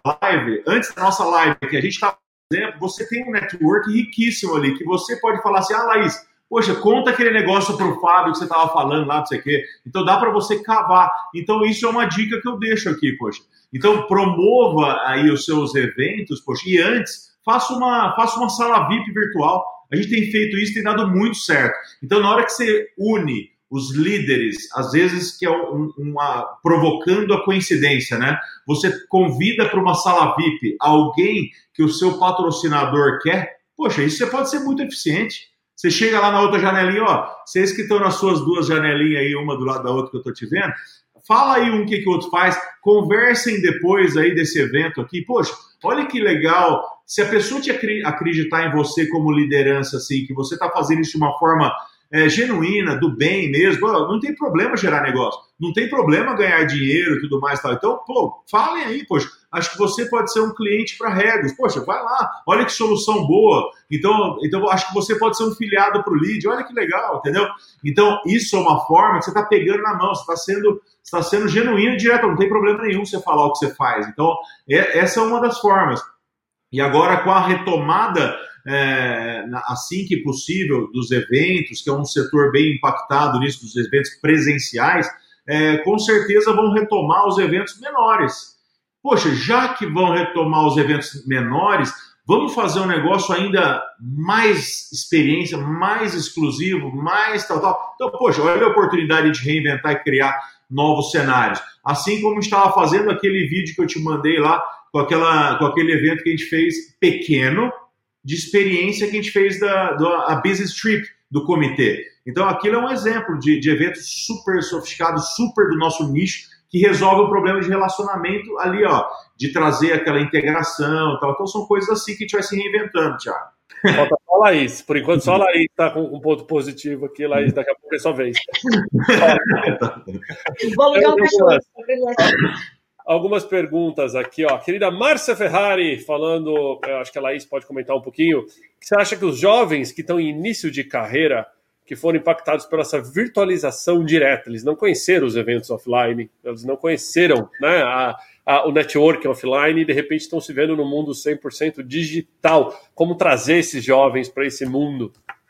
da nossa live, que a gente está, por exemplo, você tem um network riquíssimo ali, que você pode falar assim, Laís, poxa, conta aquele negócio para o Fábio que você estava falando lá, não sei o quê. Então, dá para você cavar. Então, isso é uma dica que eu deixo aqui, poxa. Então, promova aí os seus eventos, poxa, e antes, faça uma sala VIP virtual. A gente tem feito isso, tem dado muito certo. Então, na hora que você une os líderes, às vezes que é provocando a coincidência, né? Você convida para uma sala VIP alguém que o seu patrocinador quer, poxa, isso você pode ser muito eficiente. Você chega lá na outra janelinha, vocês que estão nas suas duas janelinhas aí, uma do lado da outra que eu estou te vendo, fala aí o que o outro faz, conversem depois aí desse evento aqui. Poxa, olha que legal, se a pessoa te acreditar em você como liderança, assim, que você está fazendo isso de uma forma genuína, do bem mesmo, não tem problema gerar negócio, não tem problema ganhar dinheiro e tudo mais. Tal. Então, falem aí, poxa, acho que você pode ser um cliente para Regus, poxa, vai lá, olha que solução boa, então acho que você pode ser um filiado para o lead, olha que legal, entendeu? Então, isso é uma forma que você está pegando na mão, você está sendo genuíno e direto, não tem problema nenhum você falar o que você faz. Então, essa é uma das formas. E agora, com a retomada, assim que possível, dos eventos, que é um setor bem impactado nisso, dos eventos presenciais, com certeza vão retomar os eventos menores. Poxa, já que vão retomar os eventos menores, vamos fazer um negócio ainda mais experiência, mais exclusivo, mais tal. Então, poxa, olha a oportunidade de reinventar e criar novos cenários. Assim como a gente estava fazendo aquele vídeo que eu te mandei lá, com aquele evento que a gente fez pequeno, de experiência que a gente fez a Business Trip do comitê. Então, aquilo é um exemplo de evento super sofisticado, super do nosso nicho, que resolve o problema de relacionamento ali, de trazer aquela integração e tal. Então, são coisas assim que a gente vai se reinventando, Thiago. Falta só a Laís. Por enquanto, só a Laís está com um ponto positivo aqui. Laís, daqui a pouco é sua vez. Vou ligar o cachorro. Algumas perguntas aqui, ó. A querida Márcia Ferrari falando, acho que a Laís pode comentar um pouquinho. Você acha que os jovens que estão em início de carreira, que foram impactados pela essa virtualização direta, eles não conheceram os eventos offline, eles não conheceram, né, o networking offline e de repente estão se vendo no mundo 100% digital. Como trazer esses jovens para esse mundo?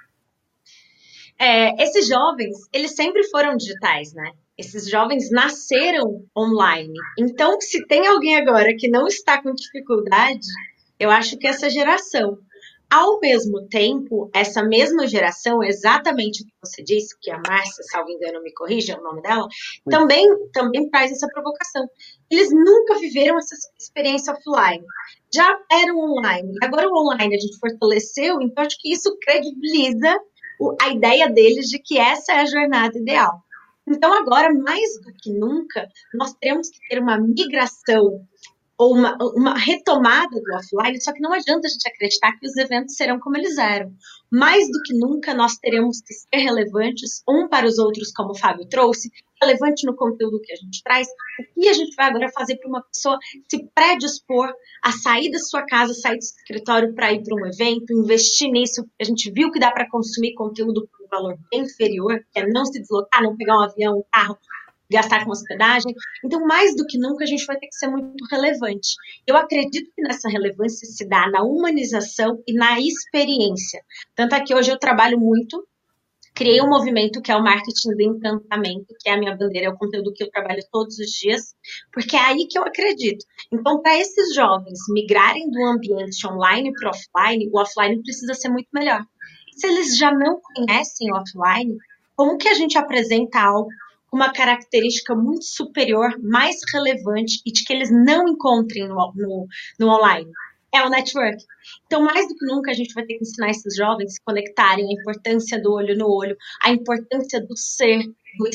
Esses jovens, eles sempre foram digitais, né? Esses jovens nasceram online. Então, se tem alguém agora que não está com dificuldade, eu acho que essa geração. Ao mesmo tempo, essa mesma geração, exatamente o que você disse, que a Márcia, salvo engano, me corrija, é o nome dela, também traz essa provocação. Eles nunca viveram essa experiência offline. Já eram online. Agora o online a gente fortaleceu, então acho que isso credibiliza a ideia deles de que essa é a jornada ideal. Então agora, mais do que nunca, nós teremos que ter uma migração ou uma retomada do offline, só que não adianta a gente acreditar que os eventos serão como eles eram. Mais do que nunca, nós teremos que ser relevantes um para os outros, como o Fábio trouxe, relevante no conteúdo que a gente traz. O que a gente vai agora fazer para uma pessoa se predispor a sair da sua casa, sair do escritório para ir para um evento, investir nisso? A gente viu que dá para consumir conteúdo por um valor bem inferior, que é não se deslocar, não pegar um avião, um carro, gastar com hospedagem. Então, mais do que nunca, a gente vai ter que ser muito relevante. Eu acredito que nessa relevância se dá na humanização e na experiência. Tanto é que hoje eu trabalho muito, criei um movimento que é o marketing do encantamento, que é a minha bandeira, é o conteúdo que eu trabalho todos os dias, porque é aí que eu acredito. Então, para esses jovens migrarem do ambiente online para offline, o offline precisa ser muito melhor. Se eles já não conhecem o offline, como que a gente apresenta algo uma característica muito superior, mais relevante e de que eles não encontrem no online? É o network. Então, mais do que nunca, a gente vai ter que ensinar esses jovens a se conectarem, a importância do olho no olho, a importância do ser, do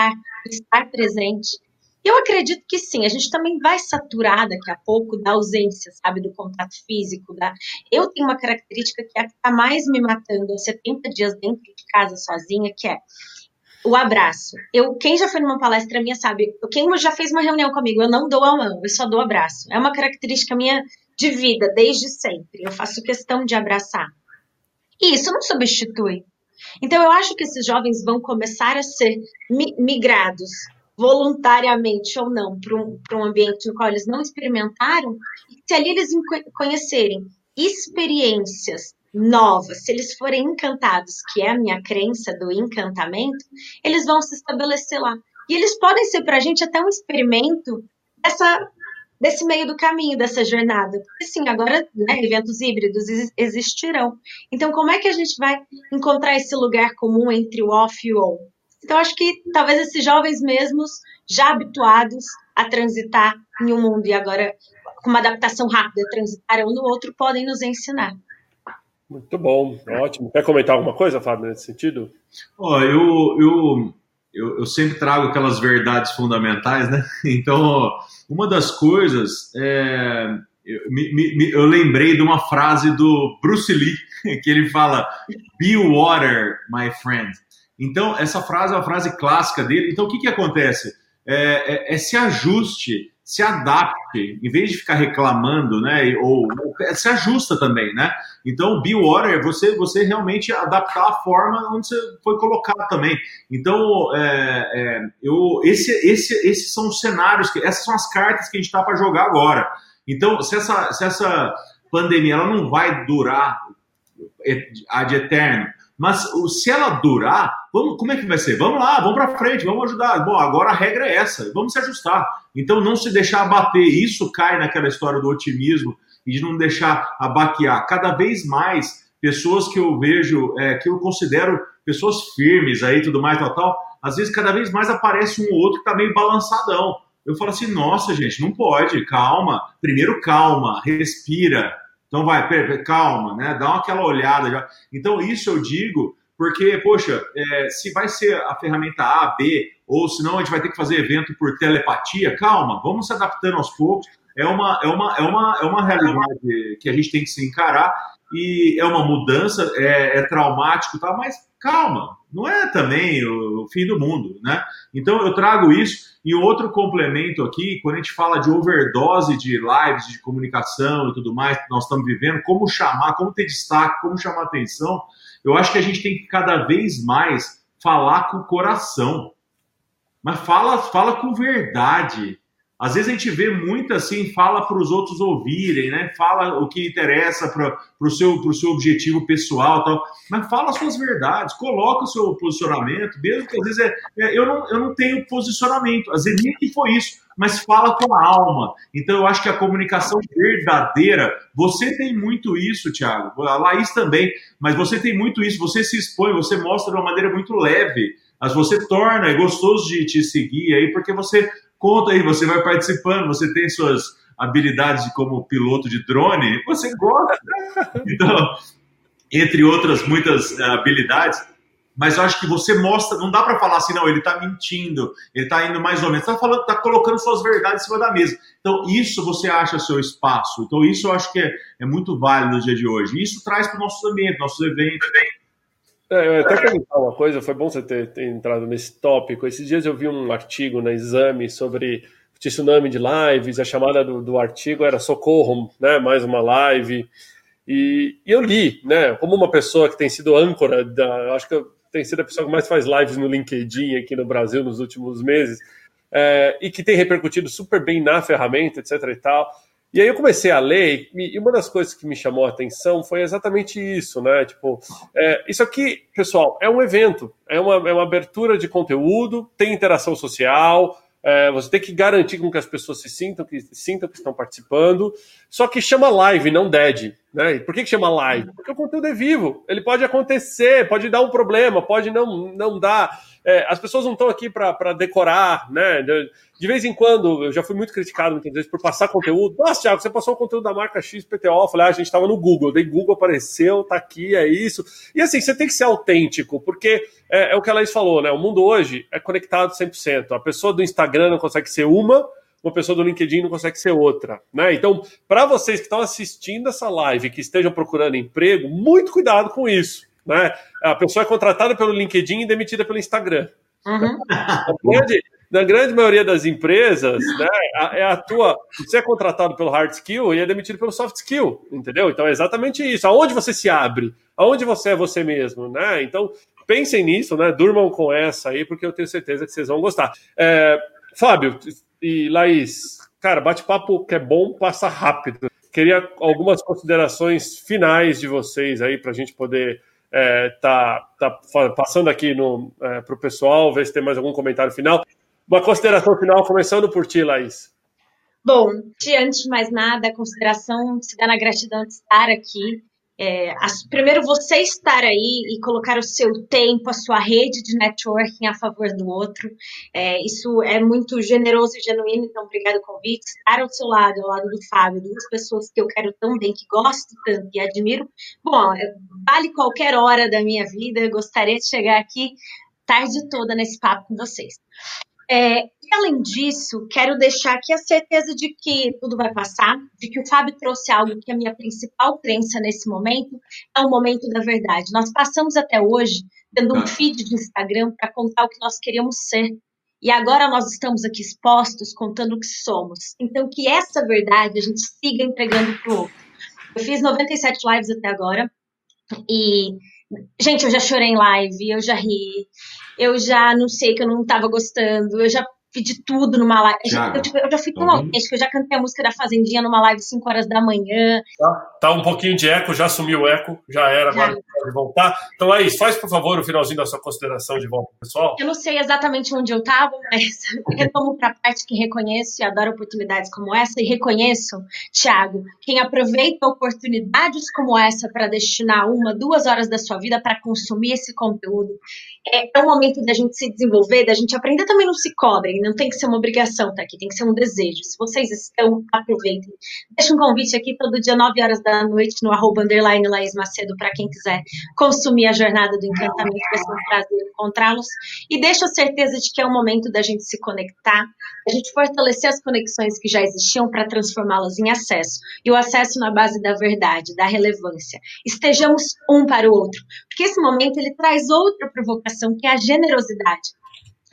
estar presente. Eu acredito que sim, a gente também vai saturar daqui a pouco da ausência, sabe, do contato físico. Eu tenho uma característica que é a que está mais me matando há 70 dias dentro de casa sozinha, que é o abraço. Quem já foi numa palestra minha sabe, quem já fez uma reunião comigo, eu não dou a mão, eu só dou abraço. É uma característica minha de vida, desde sempre. Eu faço questão de abraçar. E isso não substitui. Então, eu acho que esses jovens vão começar a ser migrados, voluntariamente ou não, para um ambiente no qual eles não experimentaram, e se ali eles conhecerem experiências novas, se eles forem encantados, que é a minha crença do encantamento, eles vão se estabelecer lá. E eles podem ser para a gente até um experimento desse meio do caminho, dessa jornada. Porque sim, agora, né, eventos híbridos existirão. Então, como é que a gente vai encontrar esse lugar comum entre o off e o on? Então, acho que talvez esses jovens mesmos, já habituados a transitar em um mundo e agora com uma adaptação rápida, transitar um no outro, podem nos ensinar. Muito bom, ótimo. Quer comentar alguma coisa, Fábio, nesse sentido? Eu sempre trago aquelas verdades fundamentais, né? Então, uma das coisas, eu lembrei de uma frase do Bruce Lee, que ele fala, "Be water, my friend". Então, essa frase é uma frase clássica dele. Então, o que acontece? Se ajuste, se adapte, em vez de ficar reclamando, né? Ou se ajusta também, né? Então, be water é você realmente adaptar a forma onde você foi colocado também. Então, esses são os cenários, essas são as cartas que a gente está para jogar agora. Então, se essa pandemia ela não vai durar ad eterno, mas se ela durar, como é que vai ser? Vamos lá, vamos para frente, vamos ajudar. Bom, agora a regra é essa, vamos se ajustar. Então, não se deixar abater. Isso cai naquela história do otimismo e de não deixar abaquear. Cada vez mais, pessoas que eu vejo, que eu considero pessoas firmes aí, tudo mais, tal, às vezes cada vez mais aparece um ou outro que tá meio balançadão. Eu falo assim, nossa, gente, não pode, calma. Primeiro calma, respira. Então vai, calma, né? Dá aquela olhada já. Então isso eu digo porque, poxa, se vai ser a ferramenta A, B, ou senão a gente vai ter que fazer evento por telepatia, calma, vamos se adaptando aos poucos. É uma realidade que a gente tem que se encarar e é uma mudança, é traumático e tal, mas calma, não é também o fim do mundo, né? Então eu trago isso. E outro complemento aqui, quando a gente fala de overdose de lives, de comunicação e tudo mais que nós estamos vivendo, como chamar, como ter destaque, como chamar atenção, eu acho que a gente tem que cada vez mais falar com o coração. Mas fala com verdade. Às vezes a gente vê muito assim, fala para os outros ouvirem, né? Fala o que interessa para o seu objetivo pessoal, tal. Mas fala as suas verdades, coloca o seu posicionamento, mesmo que às vezes eu não tenho posicionamento, às vezes nem que foi isso, mas fala com a alma. Então eu acho que a comunicação verdadeira, você tem muito isso, Thiago, a Laís também, mas você tem muito isso, você se expõe, você mostra de uma maneira muito leve, mas você torna, é gostoso de te seguir aí, porque você conta aí, você vai participando, você tem suas habilidades como piloto de drone, você gosta, né? Então, entre outras muitas habilidades, mas eu acho que você mostra, não dá para falar assim, não, ele está mentindo, ele está indo mais ou menos, está colocando suas verdades em cima da mesa. Então, isso você acha seu espaço. Então, isso eu acho que é muito válido no dia de hoje. Isso traz para o nosso ambiente, nossos eventos. Eu até comentar uma coisa, foi bom você ter entrado nesse tópico. Esses dias eu vi um artigo na Exame sobre tsunami de lives, a chamada do artigo era socorro, né, mais uma live, e eu li, né, como uma pessoa que tem sido âncora, acho que tem sido a pessoa que mais faz lives no LinkedIn aqui no Brasil nos últimos meses, e que tem repercutido super bem na ferramenta, etc e tal. E aí eu comecei a ler, e uma das coisas que me chamou a atenção foi exatamente isso, né? Tipo, isso aqui, pessoal, é um evento, é uma abertura de conteúdo, tem interação social, você tem que garantir com que as pessoas se sintam que estão participando, só que chama live, não dead, né? E por que chama live? Porque o conteúdo é vivo, ele pode acontecer, pode dar um problema, pode não dar. As pessoas não estão aqui para decorar, né? De vez em quando, eu já fui muito criticado muitas vezes por passar conteúdo. Nossa, Thiago, você passou o conteúdo da marca XPTO. Eu falei, a gente estava no Google. Daí Google apareceu, tá aqui, é isso. E assim, você tem que ser autêntico, porque é o que a Laís falou, né? O mundo hoje é conectado 100%. A pessoa do Instagram não consegue ser uma pessoa do LinkedIn não consegue ser outra, né? Então, para vocês que estão assistindo essa live, que estejam procurando emprego, muito cuidado com isso, né? A pessoa é contratada pelo LinkedIn e demitida pelo Instagram. Uhum. Na grande maioria das empresas, né, você é contratado pelo hard skill e é demitido pelo soft skill, entendeu? Então é exatamente isso. Aonde você se abre? Aonde você é você mesmo, né? Então pensem nisso, né? Durmam com essa aí, porque eu tenho certeza que vocês vão gostar. Fábio e Laís, cara, bate-papo que é bom, passa rápido. Queria algumas considerações finais de vocês aí para a gente poder tá passando aqui para o pessoal, ver se tem mais algum comentário final. Uma consideração final, começando por ti, Laís. Bom, antes de mais nada, a consideração se dá na gratidão de estar aqui. Primeiro, você estar aí e colocar o seu tempo, a sua rede de networking a favor do outro. Isso é muito generoso e genuíno, então obrigado pelo convite. Estar ao seu lado, ao lado do Fábio, duas pessoas que eu quero tão bem, que gosto tanto e admiro. Bom, vale qualquer hora da minha vida, eu gostaria de chegar aqui tarde toda nesse papo com vocês. E além disso, quero deixar aqui a certeza de que tudo vai passar, de que o Fábio trouxe algo que é a minha principal crença nesse momento, é o momento da verdade. Nós passamos até hoje dando um feed de Instagram para contar o que nós queríamos ser. E agora nós estamos aqui expostos, contando o que somos. Então, que essa verdade a gente siga entregando para o outro. Eu fiz 97 lives até agora e, gente, eu já chorei em live, eu já ri, eu já anunciei que eu não estava gostando, eu já pedi tudo numa live. Eu já fui tão autêntica, eu já cantei a música da Fazendinha numa live 5 horas da manhã. Tá um pouquinho de eco, já sumiu o eco, já era, agora pode voltar. Então, Laís, faz, por favor, o finalzinho da sua consideração de volta, pessoal. Eu não sei exatamente onde eu estava, mas retomo para a parte que reconheço e adoro oportunidades como essa, e reconheço, Thiago, quem aproveita oportunidades como essa para destinar 1, 2 horas da sua vida para consumir esse conteúdo. É um momento da gente se desenvolver, da gente aprender. Também não se cobrem, não tem que ser uma obrigação, tá aqui, tem que ser um desejo. Se vocês estão, aproveitem. Deixa um convite aqui todo dia, 9 horas da noite, no @_Laís Macedo, para quem quiser consumir a jornada do encantamento, vai ser um prazer encontrá-los. E deixa a certeza de que é o momento da gente se conectar, a gente fortalecer as conexões que já existiam para transformá-las em acesso. E o acesso na base da verdade, da relevância. Estejamos um para o outro. Porque esse momento, ele traz outra provocação, que é a generosidade.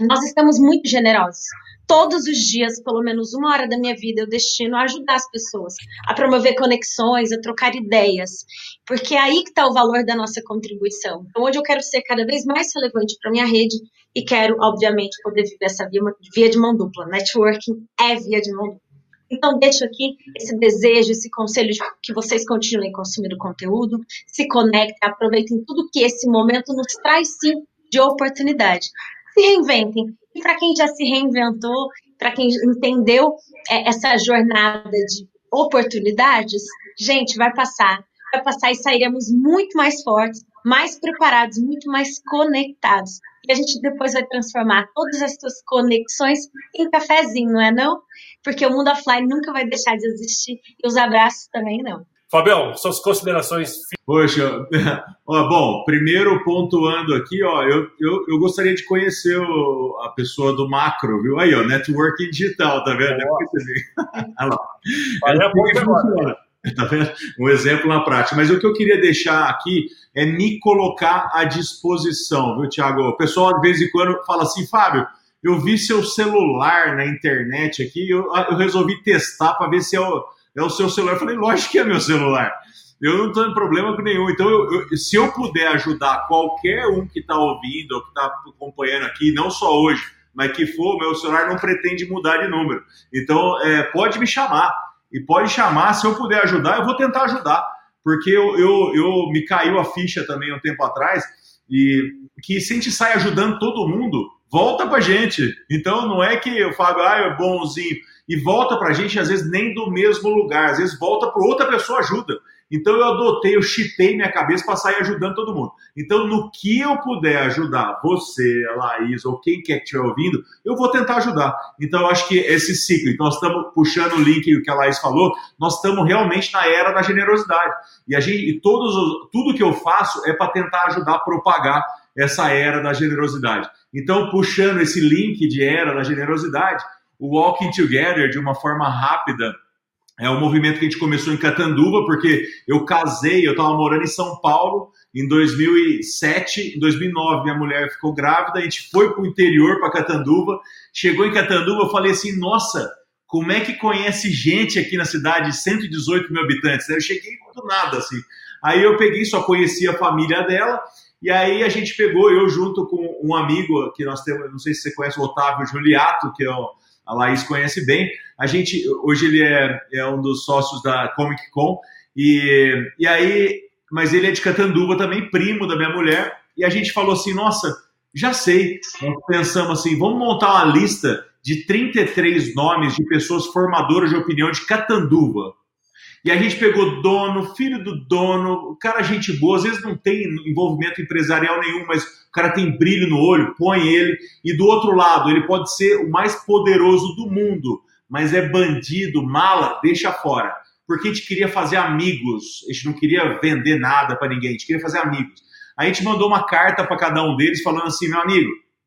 Nós estamos muito generosos. Todos os dias, pelo menos 1 hora da minha vida, eu destino a ajudar as pessoas, a promover conexões, a trocar ideias, porque é aí que está o valor da nossa contribuição. Então, hoje eu quero ser cada vez mais relevante para a minha rede e quero, obviamente, poder viver essa via de mão dupla. Networking é via de mão dupla. Então, deixo aqui esse desejo, esse conselho de que vocês continuem consumindo conteúdo, se conectem, aproveitem tudo que esse momento nos traz, sim, de oportunidade. Se reinventem. E para quem já se reinventou, para quem entendeu essa jornada de oportunidades, gente, vai passar e sairemos muito mais fortes, mais preparados, muito mais conectados. E a gente depois vai transformar todas essas conexões em cafezinho, não é não? Porque o mundo offline nunca vai deixar de existir e os abraços também não. Fabião, suas considerações. Poxa, bom, primeiro pontuando aqui, eu gostaria de conhecer a pessoa do macro, viu? Aí, networking digital, tá vendo? Olha lá. Tá vendo? Um exemplo na prática. Mas o que eu queria deixar aqui é me colocar à disposição, viu, Thiago? O pessoal, de vez em quando, fala assim, Fábio, eu vi seu celular na internet aqui, eu resolvi testar para ver se é o seu celular. Eu falei, lógico que é meu celular. Eu não estou em problema com nenhum. Então, se eu puder ajudar qualquer um que está ouvindo ou que está acompanhando aqui, não só hoje, mas que for, meu celular não pretende mudar de número. Então, pode me chamar. E pode chamar, se eu puder ajudar, eu vou tentar ajudar. Porque eu me caiu a ficha também um tempo atrás, e que se a gente sai ajudando todo mundo, volta pra gente. Então, não é que o Fábio é bonzinho, e volta pra gente, às vezes, nem do mesmo lugar. Às vezes, volta para outra pessoa ajuda. Então, eu chitei minha cabeça para sair ajudando todo mundo. Então, no que eu puder ajudar você, a Laís, ou quem quer que estiver ouvindo, eu vou tentar ajudar. Então, eu acho que esse ciclo, então, nós estamos puxando o link que a Laís falou, nós estamos realmente na era da generosidade. E tudo que eu faço é para tentar ajudar a propagar essa era da generosidade. Então, puxando esse link de era da generosidade, o Walking Together, de uma forma rápida, é um movimento que a gente começou em Catanduva, porque eu casei, eu estava morando em São Paulo em 2007, em 2009 minha mulher ficou grávida, a gente foi para o interior, para Catanduva, chegou em Catanduva, eu falei assim, nossa, como é que conhece gente aqui na cidade de 118 mil habitantes? Eu cheguei do nada, assim. Aí eu peguei, só conheci a família dela, e aí a gente pegou, eu junto com um amigo que nós temos, não sei se você conhece, o Otávio Juliato, que a Laís conhece bem. Hoje ele é um dos sócios da Comic Con, e aí, mas ele é de Catanduva também, primo da minha mulher, e a gente falou assim, nossa, já sei, nós pensamos assim, vamos montar uma lista de 33 nomes de pessoas formadoras de opinião de Catanduva. E a gente pegou dono, filho do dono, o cara gente boa, às vezes não tem envolvimento empresarial nenhum, mas o cara tem brilho no olho, põe ele. E do outro lado, ele pode ser o mais poderoso do mundo, mas é bandido, mala, deixa fora. Porque a gente queria fazer amigos, a gente não queria vender nada para ninguém, a gente queria fazer amigos. Aí a gente mandou uma carta para cada um deles falando assim, meu amigo,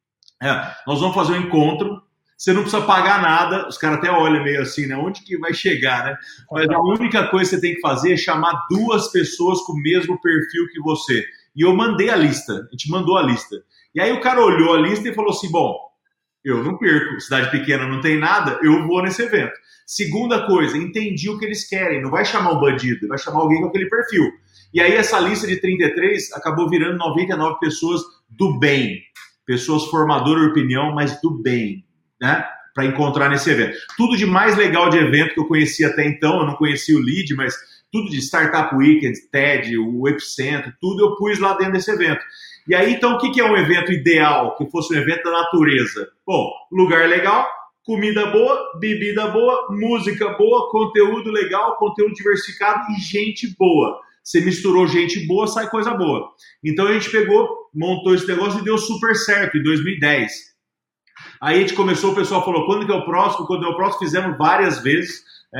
nós vamos fazer um encontro, você não precisa pagar nada, os caras até olham meio assim, né? Onde que vai chegar, né? Mas a única coisa que você tem que fazer é chamar 2 pessoas com o mesmo perfil que você. E eu mandei a lista, a gente mandou a lista. E aí o cara olhou a lista e falou assim, bom, eu não perco, cidade pequena não tem nada, eu vou nesse evento. Segunda coisa, entendi o que eles querem, não vai chamar um bandido, vai chamar alguém com aquele perfil. E aí essa lista de 33 acabou virando 99 pessoas do bem. Pessoas formadoras de opinião, mas do bem. Né, para encontrar nesse evento. Tudo de mais legal de evento que eu conhecia até então, eu não conhecia o Lead, mas tudo de Startup Weekend, TED, o Epicentro, tudo eu pus lá dentro desse evento. E aí, então, o que é um evento ideal? Que fosse um evento da natureza? Bom, lugar legal, comida boa, bebida boa, música boa, conteúdo legal, conteúdo diversificado e gente boa. Você misturou gente boa, sai coisa boa. Então a gente pegou, montou esse negócio e deu super certo em 2010. Aí a gente começou, o pessoal falou, quando que é o próximo? Quando é o próximo, fizemos várias vezes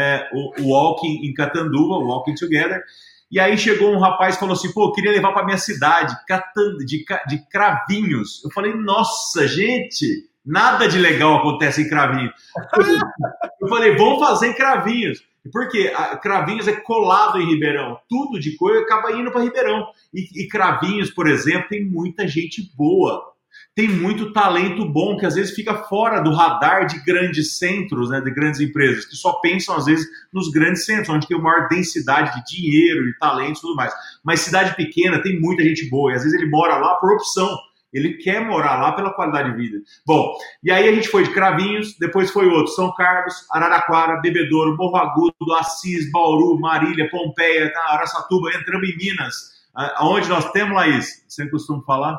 o Walking em Catanduva, o Walking Together. E aí chegou um rapaz e falou assim, pô, eu queria levar para minha cidade, de Cravinhos. Eu falei, nossa, gente, nada de legal acontece em Cravinhos. Eu falei, vamos fazer em Cravinhos. Porque Cravinhos é colado em Ribeirão. Tudo de coisa acaba indo para Ribeirão. E Cravinhos, por exemplo, tem muita gente boa. tem muito talento bom que às vezes fica fora do radar de grandes centros, né, de grandes empresas, que só pensam às vezes nos grandes centros, onde tem maior densidade de dinheiro, de talento e tudo mais. Mas cidade pequena tem muita gente boa, e às vezes ele mora lá por opção. Ele quer morar lá pela qualidade de vida. Bom, e aí a gente foi de Cravinhos, depois foi outro, São Carlos, Araraquara, Bebedouro, Morro Agudo, Assis, Bauru, Marília, Pompeia, Araçatuba, entramos em Minas. Aonde nós temos, Laís? Você costuma falar?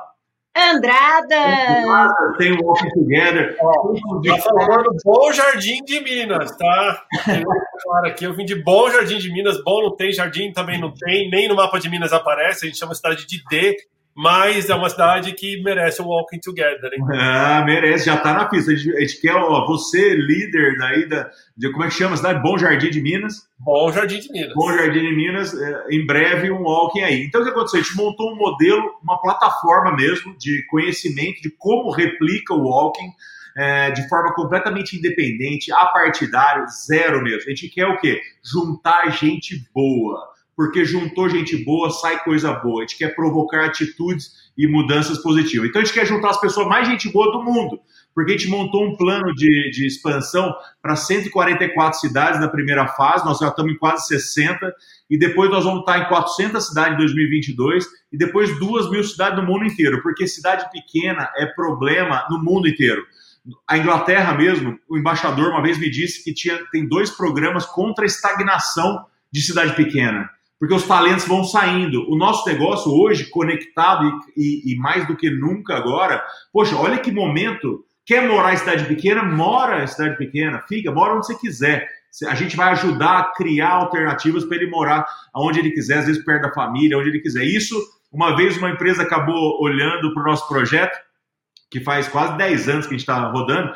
Andrada! Tem o Walking Together. Tá falando do Bom Jardim de Minas, tá? Claro, aqui eu vim de Bom Jardim de Minas. Bom não tem, Jardim também não tem, nem no mapa de Minas aparece. A gente chama a cidade de D, mas é uma cidade que merece o Walking Together, hein? Merece, já tá na pista. A gente quer, você, líder daí de como é que chama a cidade? Bom Jardim de Minas. Bom Jardim de Minas. Bom Jardim de Minas, em breve um walking aí. Então o que aconteceu? A gente montou um modelo, uma plataforma mesmo de conhecimento de como replica o walking de forma completamente independente, apartidário, zero mesmo. A gente quer o quê? Juntar gente boa. Porque juntou gente boa, sai coisa boa. A gente quer provocar atitudes e mudanças positivas. Então a gente quer juntar as pessoas mais gente boa do mundo. Porque a gente montou um plano de expansão para 144 cidades na primeira fase, nós já estamos em quase 60, e depois nós vamos estar em 400 cidades em 2022, e depois 2.000 cidades no mundo inteiro, porque cidade pequena é problema no mundo inteiro. A Inglaterra mesmo, o embaixador uma vez me disse que tem 2 programas contra a estagnação de cidade pequena, porque os talentos vão saindo. O nosso negócio hoje, conectado e mais do que nunca agora, poxa, olha que momento. Quer morar em cidade pequena? Mora em cidade pequena, mora onde você quiser. A gente vai ajudar a criar alternativas para ele morar onde ele quiser, às vezes perto da família, onde ele quiser. Isso, uma vez uma empresa acabou olhando para o nosso projeto, que faz quase 10 anos que a gente está rodando,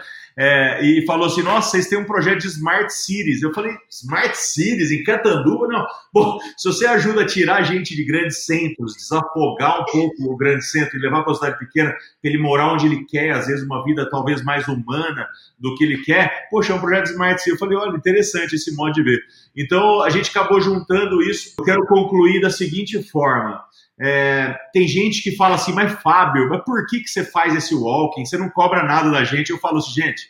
e falou assim, nossa, vocês têm um projeto de Smart Cities. Eu falei, Smart Cities em Catanduva? Não. Bom, se você ajuda a tirar gente de grandes centros, desafogar um pouco o grande centro e levar para a cidade pequena, para ele morar onde ele quer, às vezes uma vida talvez mais humana do que ele quer, poxa, é um projeto de Smart Cities. Eu falei, olha, interessante esse modo de ver. Então, a gente acabou juntando isso. Eu quero concluir da seguinte forma. Tem gente que fala assim, mas Fábio, mas por que você faz esse walking? Você não cobra nada da gente. Eu falo assim, gente,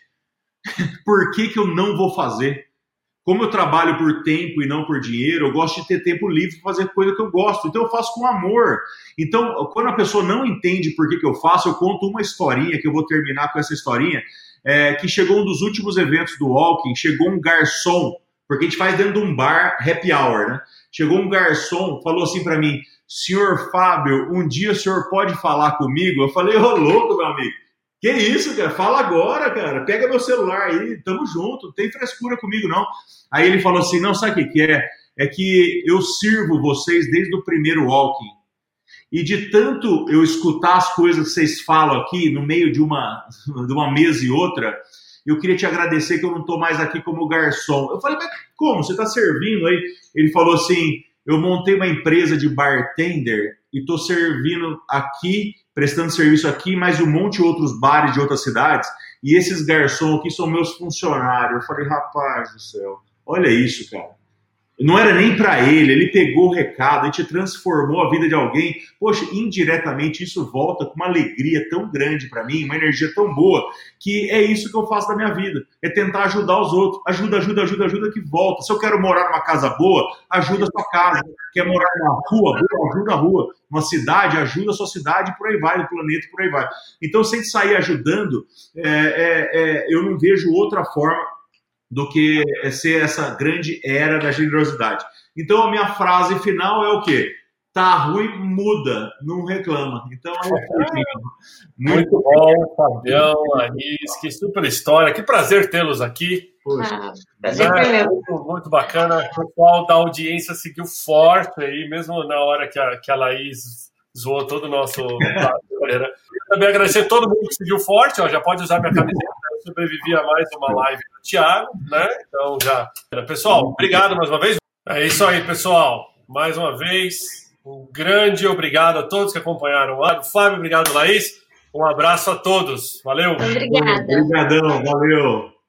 por que eu não vou fazer? Como eu trabalho por tempo e não por dinheiro, eu gosto de ter tempo livre para fazer coisa que eu gosto. Então eu faço com amor. Então, quando a pessoa não entende por que eu faço, eu conto uma historinha, que eu vou terminar com essa historinha, que chegou um dos últimos eventos do walking, chegou um garçom, porque a gente faz dentro de um bar happy hour, né? Chegou um garçom, falou assim para mim, senhor Fábio, um dia o senhor pode falar comigo? Eu falei, ô louco, meu amigo, que isso, cara? Fala agora, cara, pega meu celular aí, tamo junto, não tem frescura comigo, não. Aí ele falou assim, não, sabe o que é? É que eu sirvo vocês desde o primeiro walking, e de tanto eu escutar as coisas que vocês falam aqui, no meio de uma mesa e outra, eu queria te agradecer que eu não estou mais aqui como garçom. Eu falei, mas como? Você está servindo aí? Ele falou assim, eu montei uma empresa de bartender e estou servindo aqui, prestando serviço aqui, mas um monte de outros bares de outras cidades, e esses garçons aqui são meus funcionários. Eu falei, rapaz do céu, olha isso, cara. Não era nem para ele pegou o recado, a gente transformou a vida de alguém. Poxa, indiretamente isso volta com uma alegria tão grande para mim, uma energia tão boa, que é isso que eu faço da minha vida, é tentar ajudar os outros. Ajuda que volta. Se eu quero morar numa casa boa, ajuda a sua casa. Quer morar numa rua boa, ajuda a rua. Uma cidade, ajuda a sua cidade, por aí vai, no planeta, por aí vai. Então, sem sair ajudando, eu não vejo outra forma do que ser essa grande era da generosidade. Então, a minha frase final é o quê? Tá ruim, muda, não reclama. Então, muito bom, Fabião, Laís, que super história, que prazer tê-los aqui. Prazer foi meu. Muito bacana, o pessoal da audiência seguiu forte aí, mesmo na hora que a Laís zoou todo o nosso... Também agradecer a todo mundo que seguiu forte, já pode usar minha camiseta, eu sobrevivi a mais uma live do Thiago, né? Então já. Pessoal, obrigado mais uma vez. É isso aí, pessoal. Mais uma vez, um grande obrigado a todos que acompanharam o Fábio, obrigado, Laís. Um abraço a todos. Valeu. Obrigada. Obrigadão, valeu.